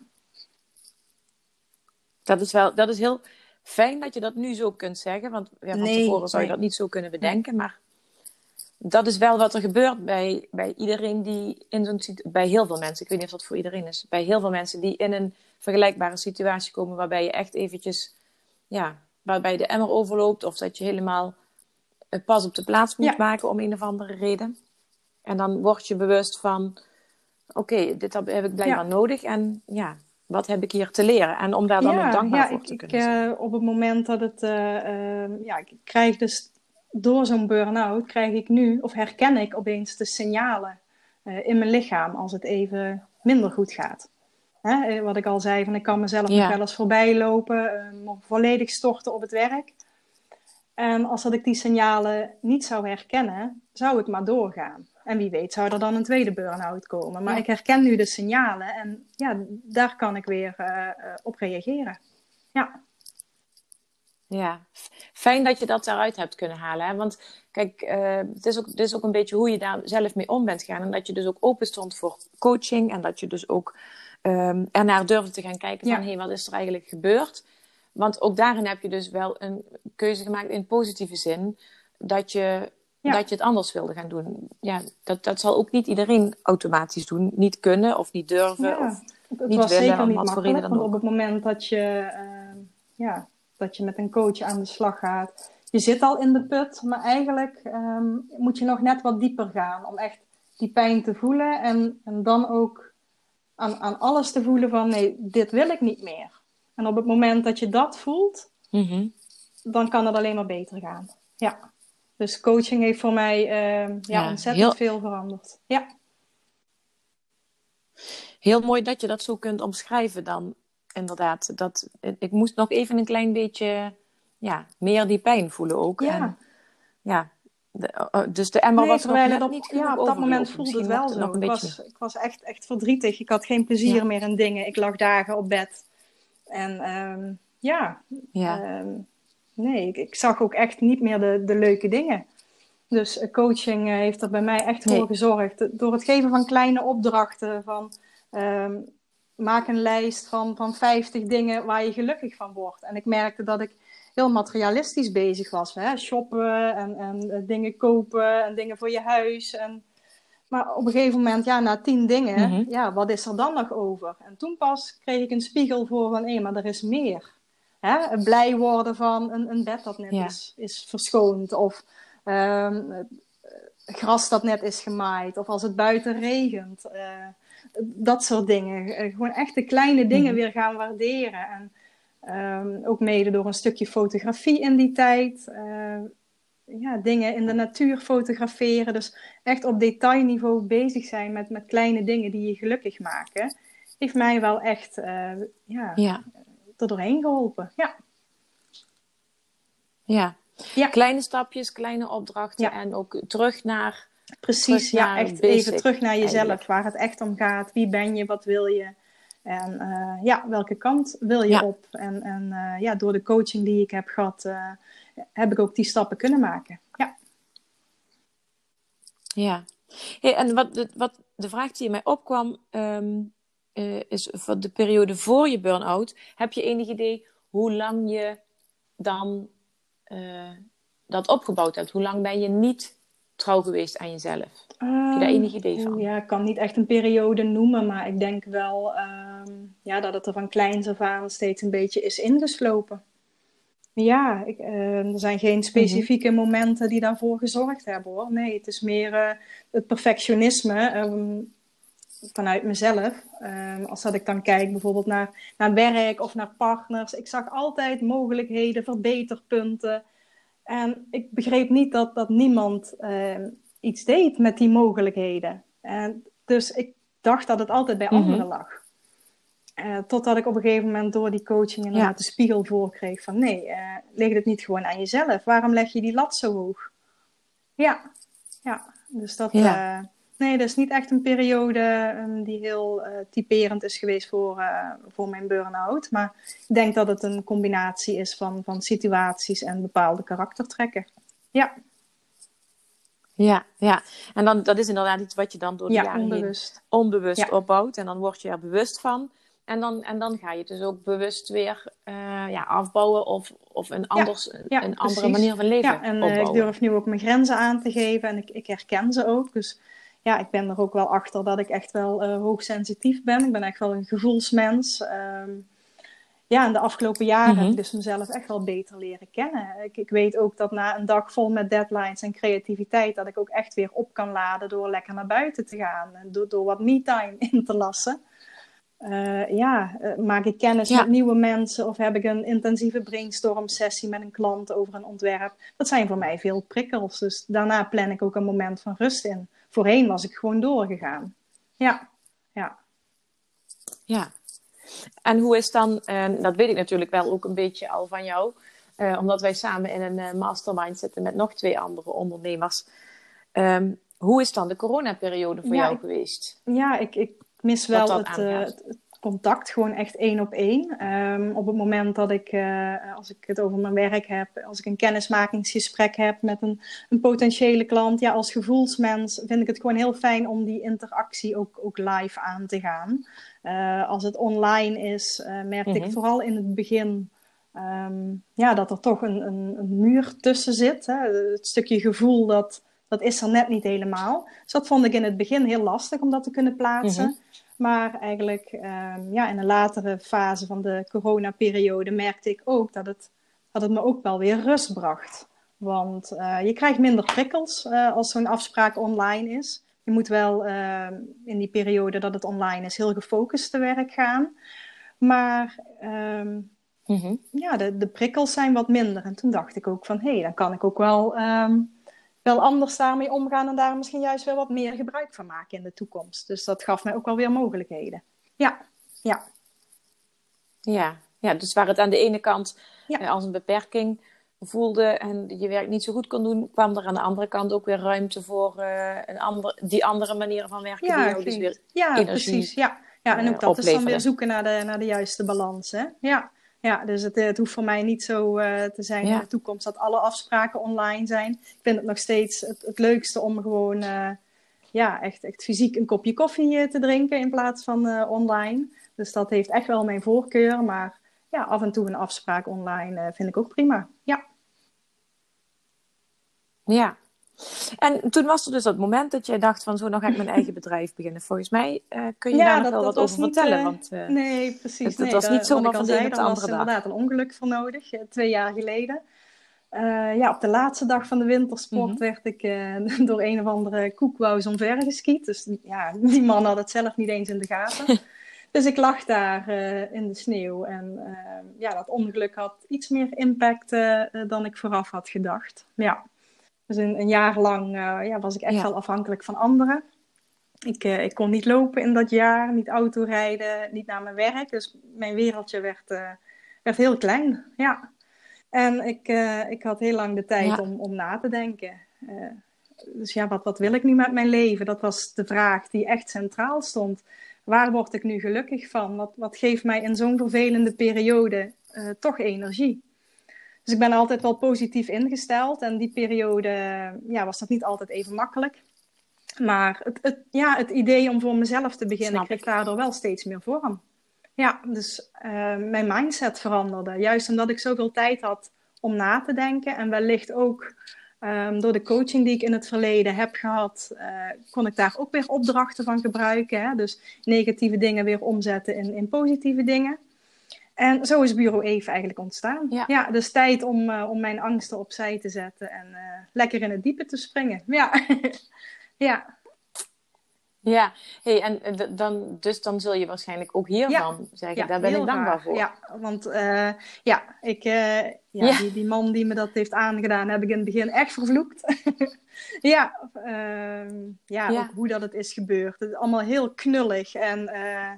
[SPEAKER 1] Dat is heel fijn dat je dat nu zo kunt zeggen. Want van tevoren zou je dat niet zo kunnen bedenken. Maar dat is wel wat er gebeurt bij iedereen die in zo'n situatie... Bij heel veel mensen, ik weet niet of dat voor iedereen is. Bij heel veel mensen die in een vergelijkbare situatie komen, waarbij je echt eventjes... waarbij de emmer overloopt. Of dat je helemaal pas op de plaats moet maken om een of andere reden. En dan word je bewust van... Oké, dit heb ik blijkbaar nodig. En wat heb ik hier te leren? En om daar dan ook dankbaar voor te kunnen zijn.
[SPEAKER 2] Op het moment dat het... ik krijg dus door zo'n burn-out... herken ik opeens de signalen in mijn lichaam... als het even minder goed gaat. Wat ik al zei, van ik kan mezelf nog wel eens voorbij lopen... volledig storten op het werk. En als dat ik die signalen niet zou herkennen... zou ik maar doorgaan. En wie weet zou er dan een tweede burn-out komen. Maar ik herken nu de signalen en daar kan ik weer op reageren. Ja.
[SPEAKER 1] Ja, fijn dat je dat daaruit hebt kunnen halen. Hè? Want kijk, het is ook een beetje hoe je daar zelf mee om bent gaan. En dat je dus ook open stond voor coaching. En dat je dus ook ernaar durfde te gaan kijken van... wat is er eigenlijk gebeurd? Want ook daarin heb je dus wel een keuze gemaakt in positieve zin. Dat je het anders wilde gaan doen. Ja, dat zal ook niet iedereen automatisch doen. Niet kunnen of niet durven.
[SPEAKER 2] Ja,
[SPEAKER 1] of
[SPEAKER 2] het
[SPEAKER 1] niet
[SPEAKER 2] was
[SPEAKER 1] willen.
[SPEAKER 2] Zeker niet
[SPEAKER 1] wat voor
[SPEAKER 2] makkelijk.
[SPEAKER 1] reden dan
[SPEAKER 2] Want
[SPEAKER 1] ook.
[SPEAKER 2] op het moment dat je met een coach aan de slag gaat... je zit al in de put, maar eigenlijk moet je nog net wat dieper gaan om echt die pijn te voelen en dan ook aan alles te voelen van nee, dit wil ik niet meer. En op het moment dat je dat voelt, dan kan het alleen maar beter gaan. Ja. Dus coaching heeft voor mij ontzettend veel veranderd. Ja.
[SPEAKER 1] Heel mooi dat je dat zo kunt omschrijven dan. Inderdaad. Ik moest nog even een klein beetje meer die pijn voelen ook.
[SPEAKER 2] Ja.
[SPEAKER 1] En, dus de emmer was nog net niet genoeg
[SPEAKER 2] op dat moment voelde het wel zo. Ik was echt verdrietig. Ik had geen plezier meer in dingen. Ik lag dagen op bed. En ik zag ook echt niet meer de leuke dingen. Dus coaching heeft er bij mij echt voor gezorgd. Door het geven van kleine opdrachten. Van maak een lijst van 50 dingen waar je gelukkig van wordt. En ik merkte dat ik heel materialistisch bezig was. Hè? Shoppen en dingen kopen en dingen voor je huis. Maar op een gegeven moment, na 10 dingen, wat is er dan nog over? En toen pas kreeg ik een spiegel voor van, maar er is meer. Hè? Blij worden van een bed dat net is verschoond. Of gras dat net is gemaaid. Of als het buiten regent. Dat soort dingen. Gewoon echt de kleine dingen weer gaan waarderen. En ook mede door een stukje fotografie in die tijd. Dingen in de natuur fotograferen. Dus echt op detailniveau bezig zijn met kleine dingen die je gelukkig maken. Heeft mij wel echt er doorheen geholpen. Ja.
[SPEAKER 1] Kleine stapjes, kleine opdrachten en ook terug naar...
[SPEAKER 2] Precies, echt even terug naar jezelf. Eigenlijk. Waar het echt om gaat. Wie ben je, wat wil je? En welke kant wil je op? En door de coaching die ik heb gehad... heb ik ook die stappen kunnen maken.
[SPEAKER 1] Ja. Hey, en wat de vraag die in mij opkwam... is voor de periode voor je burn-out... heb je enig idee hoe lang je dan dat opgebouwd hebt? Hoe lang ben je niet trouw geweest aan jezelf? Heb je daar enig idee van?
[SPEAKER 2] Ja, ik kan niet echt een periode noemen... maar ik denk wel dat het er van kleins af aan steeds een beetje is ingeslopen. Ja, er zijn geen specifieke momenten die daarvoor gezorgd hebben, hoor. Nee, het is meer het perfectionisme vanuit mezelf. Als dat ik dan kijk bijvoorbeeld naar werk of naar partners. Ik zag altijd mogelijkheden, verbeterpunten. En ik begreep niet dat niemand iets deed met die mogelijkheden. Dus ik dacht dat het altijd bij anderen lag. Totdat ik op een gegeven moment door die coaching inderdaad de spiegel voorkreeg van nee, ligt het niet gewoon aan jezelf? Waarom leg je die lat zo hoog? Ja. Dus dat dat is niet echt een periode die heel typerend is geweest voor mijn burn-out. Maar ik denk dat het een combinatie is van situaties en bepaalde karaktertrekken.
[SPEAKER 1] Ja. En dan, dat is inderdaad iets wat je dan door de jaren heen onbewust opbouwt. En dan word je er bewust van. En dan ga je het dus ook bewust weer afbouwen of een andere manier van leven opbouwen.
[SPEAKER 2] Ik durf nu ook mijn grenzen aan te geven en ik herken ze ook. Dus ik ben er ook wel achter dat ik echt wel hoogsensitief ben. Ik ben echt wel een gevoelsmens. En de afgelopen jaren heb ik dus mezelf echt wel beter leren kennen. Ik weet ook dat na een dag vol met deadlines en creativiteit... dat ik ook echt weer op kan laden door lekker naar buiten te gaan. En door wat me-time in te lassen. Maak ik kennis met nieuwe mensen... of heb ik een intensieve brainstorm sessie met een klant over een ontwerp. Dat zijn voor mij veel prikkels. Dus daarna plan ik ook een moment van rust in. Voorheen was ik gewoon doorgegaan. Ja.
[SPEAKER 1] En hoe is dan, dat weet ik natuurlijk wel ook een beetje al van jou, omdat wij samen in een mastermind zitten met nog 2 andere ondernemers. Hoe is dan de coronaperiode voor jou geweest?
[SPEAKER 2] Ja, ik mis wel het contact, gewoon echt 1 op 1. Op het moment dat als ik het over mijn werk heb, als ik een kennismakingsgesprek heb met een potentiële klant, als gevoelsmens vind ik het gewoon heel fijn om die interactie ook live aan te gaan. Als het online is, merkte ik vooral in het begin dat er toch een muur tussen zit. Hè? Het stukje gevoel dat is er net niet helemaal. Dus dat vond ik in het begin heel lastig om dat te kunnen plaatsen. Maar eigenlijk in een latere fase van de coronaperiode merkte ik ook dat het me ook wel weer rust bracht. Want je krijgt minder prikkels als zo'n afspraak online is. Je moet wel in die periode dat het online is heel gefocust te werk gaan. Maar ja, de prikkels zijn wat minder. En toen dacht ik ook van, hé, dan kan ik ook wel anders daarmee omgaan en daar misschien juist wel wat meer gebruik van maken in de toekomst. Dus dat gaf mij ook wel weer mogelijkheden. Ja, ja.
[SPEAKER 1] Ja, dus waar het aan de ene kant
[SPEAKER 2] Ja.
[SPEAKER 1] als een beperking voelde en je werk niet zo goed kon doen, kwam er aan de andere kant ook weer ruimte voor die andere manieren van werken die jou dus weer energie
[SPEAKER 2] precies. Ja, en ook dat
[SPEAKER 1] opleverde.
[SPEAKER 2] is dan weer zoeken naar de juiste balans. Hè? Ja, dus het hoeft voor mij niet zo te zijn in de toekomst dat alle afspraken online zijn. Ik vind het nog steeds het leukste om gewoon echt fysiek een kopje koffie te drinken in plaats van online. Dus dat heeft echt wel mijn voorkeur. Maar ja, af en toe een afspraak online vind ik ook prima. Ja.
[SPEAKER 1] Ja. En toen was er dus dat moment dat jij dacht van zo, nou ga ik mijn eigen bedrijf beginnen. Volgens mij kun je daar nog wel wat over vertellen. Want,
[SPEAKER 2] nee, precies.
[SPEAKER 1] Het was niet zomaar van de ene op de andere dag.
[SPEAKER 2] Er was inderdaad een ongeluk voor nodig, 2 jaar geleden. Op de laatste dag van de wintersport werd ik door een of andere koekwous omver geskiet. Dus ja, die man had het zelf niet eens in de gaten. Dus ik lag daar in de sneeuw. En dat ongeluk had iets meer impact dan ik vooraf had gedacht. Ja. Dus een jaar lang was ik echt wel afhankelijk van anderen. Ik kon niet lopen in dat jaar, niet autorijden, niet naar mijn werk. Dus mijn wereldje werd heel klein. Ja. En ik had heel lang de tijd om na te denken. Dus ja, wat wil ik nu met mijn leven? Dat was de vraag die echt centraal stond. Waar word ik nu gelukkig van? Wat geeft mij in zo'n vervelende periode toch energie? Dus ik ben altijd wel positief ingesteld. En die periode was dat niet altijd even makkelijk. Maar het idee om voor mezelf te beginnen kreeg daardoor wel steeds meer vorm. Ja, dus mijn mindset veranderde. Juist omdat ik zoveel tijd had om na te denken. En wellicht ook door de coaching die ik in het verleden heb gehad, kon ik daar ook weer opdrachten van gebruiken. Hè? Dus negatieve dingen weer omzetten in positieve dingen. En zo is Bureau Eve eigenlijk ontstaan. Ja, dus tijd om mijn angsten opzij te zetten en lekker in het diepe te springen. Ja, ja.
[SPEAKER 1] Ja, hey, en dan zul je waarschijnlijk ook hiervan zeggen, daar ben ik dankbaar voor.
[SPEAKER 2] Ja, want die man die me dat heeft aangedaan, heb ik in het begin echt vervloekt. Ook hoe dat het is gebeurd. Het is allemaal heel knullig en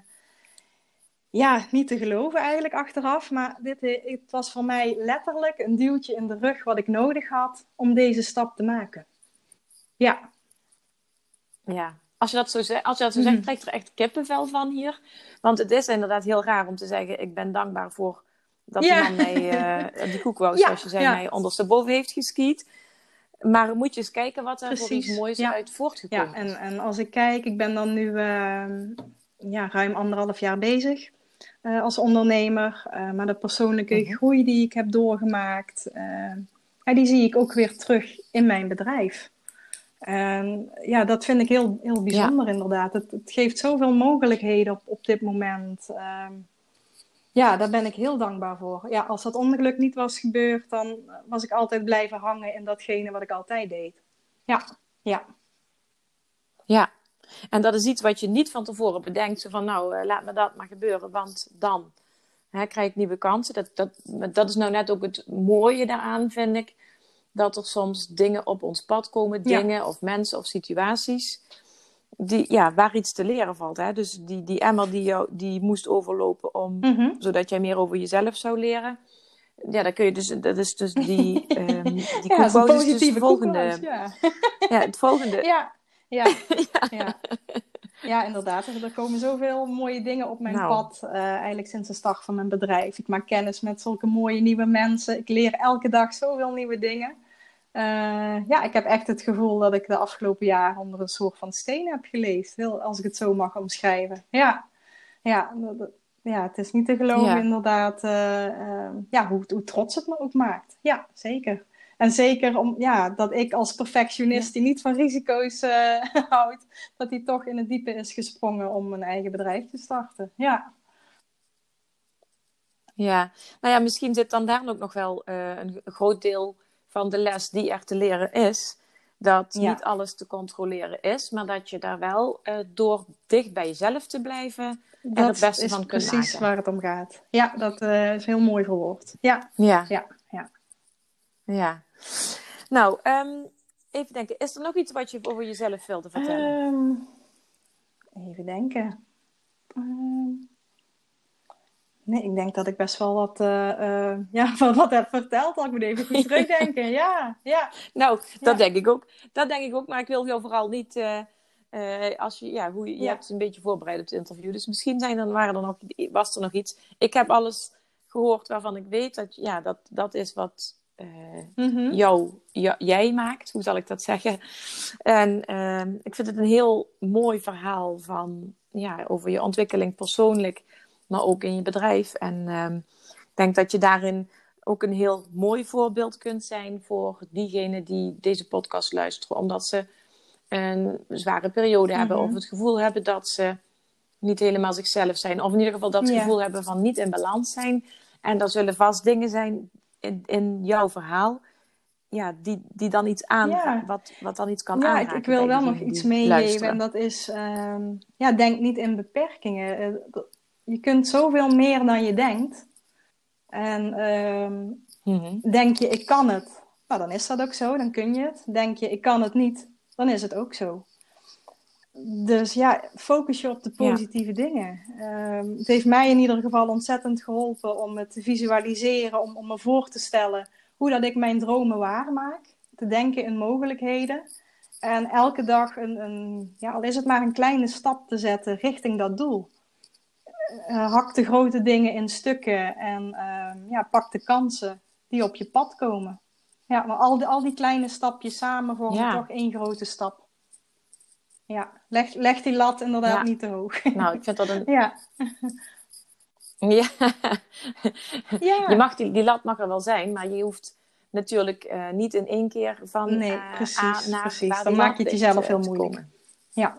[SPEAKER 2] niet te geloven eigenlijk achteraf. Maar het was voor mij letterlijk een duwtje in de rug wat ik nodig had om deze stap te maken. Ja.
[SPEAKER 1] Ja. Als je dat zo zegt, krijg je er echt kippenvel van hier. Want het is inderdaad heel raar om te zeggen, ik ben dankbaar voor dat die man mij, die koekwous, zoals je zei, mij ondersteboven heeft geskiet. Maar moet je eens kijken wat er voor iets moois uit voortgekomen is.
[SPEAKER 2] En als ik kijk, ik ben dan nu ruim 1,5 jaar bezig als ondernemer. Maar de persoonlijke groei die ik heb doorgemaakt, die zie ik ook weer terug in mijn bedrijf. En dat vind ik heel, heel bijzonder inderdaad. Het geeft zoveel mogelijkheden op dit moment. Daar ben ik heel dankbaar voor. Ja, als dat ongeluk niet was gebeurd, dan was ik altijd blijven hangen in datgene wat ik altijd deed.
[SPEAKER 1] Ja, en dat is iets wat je niet van tevoren bedenkt. Zo van, laat me dat maar gebeuren, want dan krijg ik nieuwe kansen. Dat is nou net ook het mooie daaraan, vind ik. Dat er soms dingen op ons pad komen, dingen of mensen of situaties, waar iets te leren valt. Hè? Dus die emmer die moest overlopen zodat jij meer over jezelf zou leren. Ja, dan kun je dus, dat is dus die koekwous is dus het volgende. Het volgende.
[SPEAKER 2] Ja, inderdaad. Er komen zoveel mooie dingen op mijn pad. Eigenlijk sinds de start van mijn bedrijf. Ik maak kennis met zulke mooie nieuwe mensen. Ik leer elke dag zoveel nieuwe dingen. Ik heb echt het gevoel dat ik de afgelopen jaren onder een soort van steen heb geleefd. Als ik het zo mag omschrijven. Het is niet te geloven inderdaad hoe trots het me ook maakt. Ja, zeker. En zeker dat ik als perfectionist die niet van risico's houdt, dat die toch in het diepe is gesprongen om een eigen bedrijf te starten. Ja.
[SPEAKER 1] Ja, misschien zit dan daar ook nog wel een groot deel van de les die er te leren is, dat
[SPEAKER 2] Ja.
[SPEAKER 1] niet alles te controleren is, maar dat je daar wel door dicht bij jezelf te blijven er het beste van kunt maken.
[SPEAKER 2] Dat is precies waar het om gaat. Ja, dat is heel mooi verwoord. Ja.
[SPEAKER 1] Ja.
[SPEAKER 2] Ja. Ja.
[SPEAKER 1] Ja. Nou, even denken. Is er nog iets wat je over jezelf wilde vertellen?
[SPEAKER 2] Even denken. Nee, ik denk dat ik best wel wat, van wat heb verteld. Ik moet even goed terugdenken. Ja.
[SPEAKER 1] Nou, dat
[SPEAKER 2] Ja.
[SPEAKER 1] denk ik ook. Dat denk ik ook, maar ik wil jou vooral niet... je hebt een beetje voorbereid op het interview. Dus misschien was er nog iets. Ik heb alles gehoord waarvan ik weet dat is wat jij maakt. Hoe zal ik dat zeggen? En ik vind het een heel mooi verhaal over je ontwikkeling persoonlijk, maar ook in je bedrijf. En ik denk dat je daarin ook een heel mooi voorbeeld kunt zijn voor diegenen die deze podcast luisteren. Omdat ze een zware periode hebben of het gevoel hebben dat ze niet helemaal zichzelf zijn. Of in ieder geval dat gevoel hebben van niet in balans zijn. En er zullen vast dingen zijn in jouw verhaal die dan iets wat dan iets kan aanraken.
[SPEAKER 2] Ik wil wel nog iets meegeven.
[SPEAKER 1] Luisteren.
[SPEAKER 2] En dat is, denk niet in beperkingen. Je kunt zoveel meer dan je denkt. En denk je, ik kan het. Nou, dan is dat ook zo. Dan kun je het. Denk je, ik kan het niet. Dan is het ook zo. Dus focus je op de positieve dingen. Het heeft mij in ieder geval ontzettend geholpen om het te visualiseren. Om me voor te stellen hoe dat ik mijn dromen waarmaak. Te denken in mogelijkheden. En elke dag al is het maar een kleine stap te zetten richting dat doel. Hak de grote dingen in stukken en pak de kansen die op je pad komen. Ja, maar al die kleine stapjes samen vormen toch één grote stap. Ja, leg die lat inderdaad niet te hoog.
[SPEAKER 1] Nou, ik vind dat een...
[SPEAKER 2] Ja.
[SPEAKER 1] Je mag die lat mag er wel zijn, maar je hoeft natuurlijk niet in één keer van
[SPEAKER 2] precies.
[SPEAKER 1] waar
[SPEAKER 2] Dan maak je het jezelf heel moeilijk.
[SPEAKER 1] Komen.
[SPEAKER 2] Ja.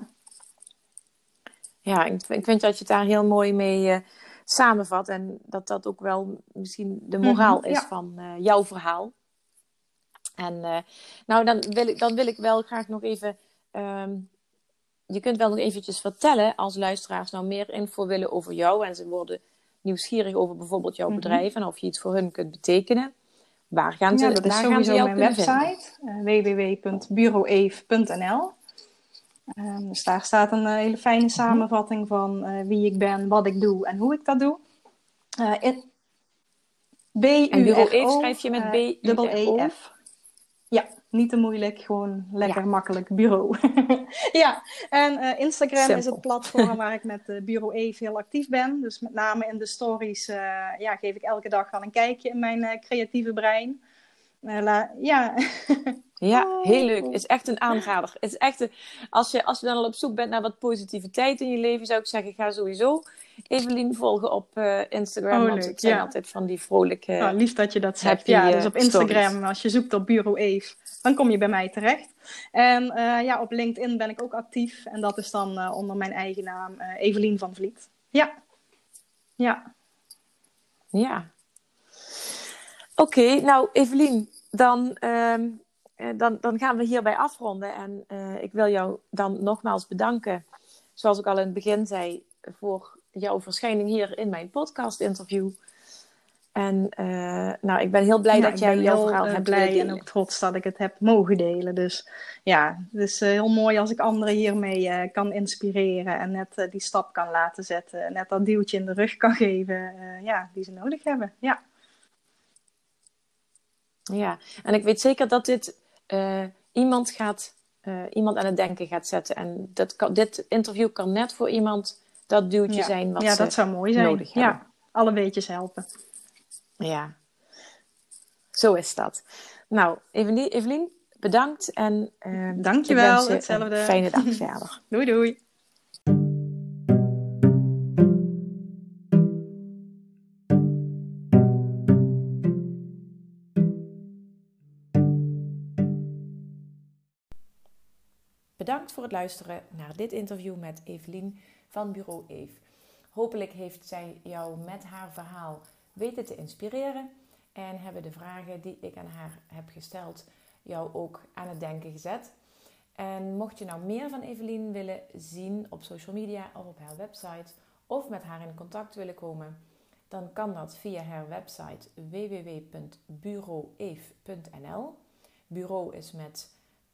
[SPEAKER 1] Ja, ik vind dat je het daar heel mooi mee samenvat. En dat ook wel misschien de moraal is van jouw verhaal. En dan wil ik wel graag nog even... je kunt wel nog eventjes vertellen als luisteraars nou meer info willen over jou. En ze worden nieuwsgierig over bijvoorbeeld jouw bedrijf. En of je iets voor hun kunt betekenen. Waar gaan ze
[SPEAKER 2] dat is
[SPEAKER 1] waar
[SPEAKER 2] sowieso
[SPEAKER 1] gaan ze
[SPEAKER 2] mijn website. www.bureaueve.nl. Dus daar staat een hele fijne samenvatting van wie ik ben, wat ik doe en hoe ik dat doe.
[SPEAKER 1] Bureau Eve schrijf je met B-U-R-O?
[SPEAKER 2] Ja, niet te moeilijk, gewoon lekker makkelijk bureau. Ja, en Instagram Simpel. Is het platform waar ik met Bureau Eve heel actief ben. Dus met name in de stories geef ik elke dag al een kijkje in mijn creatieve brein.
[SPEAKER 1] Ja, heel leuk. Het is echt een aanrader. Het is echt als je dan al op zoek bent naar wat positiviteit in je leven, zou ik zeggen, ga sowieso Evelien volgen op Instagram. Want het zijn altijd van die vrolijke...
[SPEAKER 2] lief dat je dat zegt. Ja, dus op Instagram, stories. Als je zoekt op Bureau Eve, dan kom je bij mij terecht. En op LinkedIn ben ik ook actief. En dat is dan onder mijn eigen naam, Evelien van Vliet. Ja.
[SPEAKER 1] Oké, nou Evelien, dan gaan we hierbij afronden. En ik wil jou dan nogmaals bedanken, zoals ik al in het begin zei, voor jouw verschijning hier in mijn podcast-interview. En ik ben heel blij dat jij jouw verhaal hebt
[SPEAKER 2] blij
[SPEAKER 1] delen.
[SPEAKER 2] En ook trots dat ik het heb mogen delen. Dus ja, het is heel mooi als ik anderen hiermee kan inspireren en net die stap kan laten zetten. En net dat duwtje in de rug kan geven die ze nodig hebben.
[SPEAKER 1] Ja, en ik weet zeker dat dit iemand aan het denken gaat zetten. En dit interview kan net voor iemand dat duwtje zijn wat ze
[SPEAKER 2] dat zou mooi zijn.
[SPEAKER 1] Nodig hebben.
[SPEAKER 2] Ja, alle beetjes helpen.
[SPEAKER 1] Ja, zo is dat. Nou, Evelien, bedankt. En
[SPEAKER 2] dankjewel, hetzelfde.
[SPEAKER 1] Een fijne dag verder.
[SPEAKER 2] Doei.
[SPEAKER 1] Bedankt voor het luisteren naar dit interview met Evelien van Bureau Eve. Hopelijk heeft zij jou met haar verhaal weten te inspireren. en hebben de vragen die ik aan haar heb gesteld jou ook aan het denken gezet. En mocht je nou meer van Evelien willen zien op social media of op haar website of met haar in contact willen komen, dan kan dat via haar website www.bureaueef.nl. Bureau is met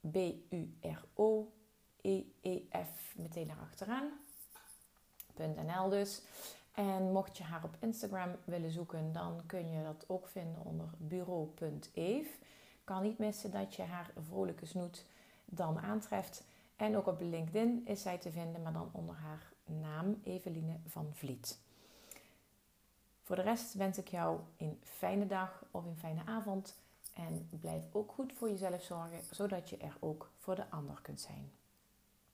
[SPEAKER 1] B-U-R-O-E-E-F meteen erachteraan. .nl dus. En mocht je haar op Instagram willen zoeken, dan kun je dat ook vinden onder bureau.eef. Kan niet missen dat je haar vrolijke snoet dan aantreft. En ook op LinkedIn is zij te vinden, maar dan onder haar naam Eveline van Vliet. Voor de rest wens ik jou een fijne dag of een fijne avond. En blijf ook goed voor jezelf zorgen, zodat je er ook voor de ander kunt zijn.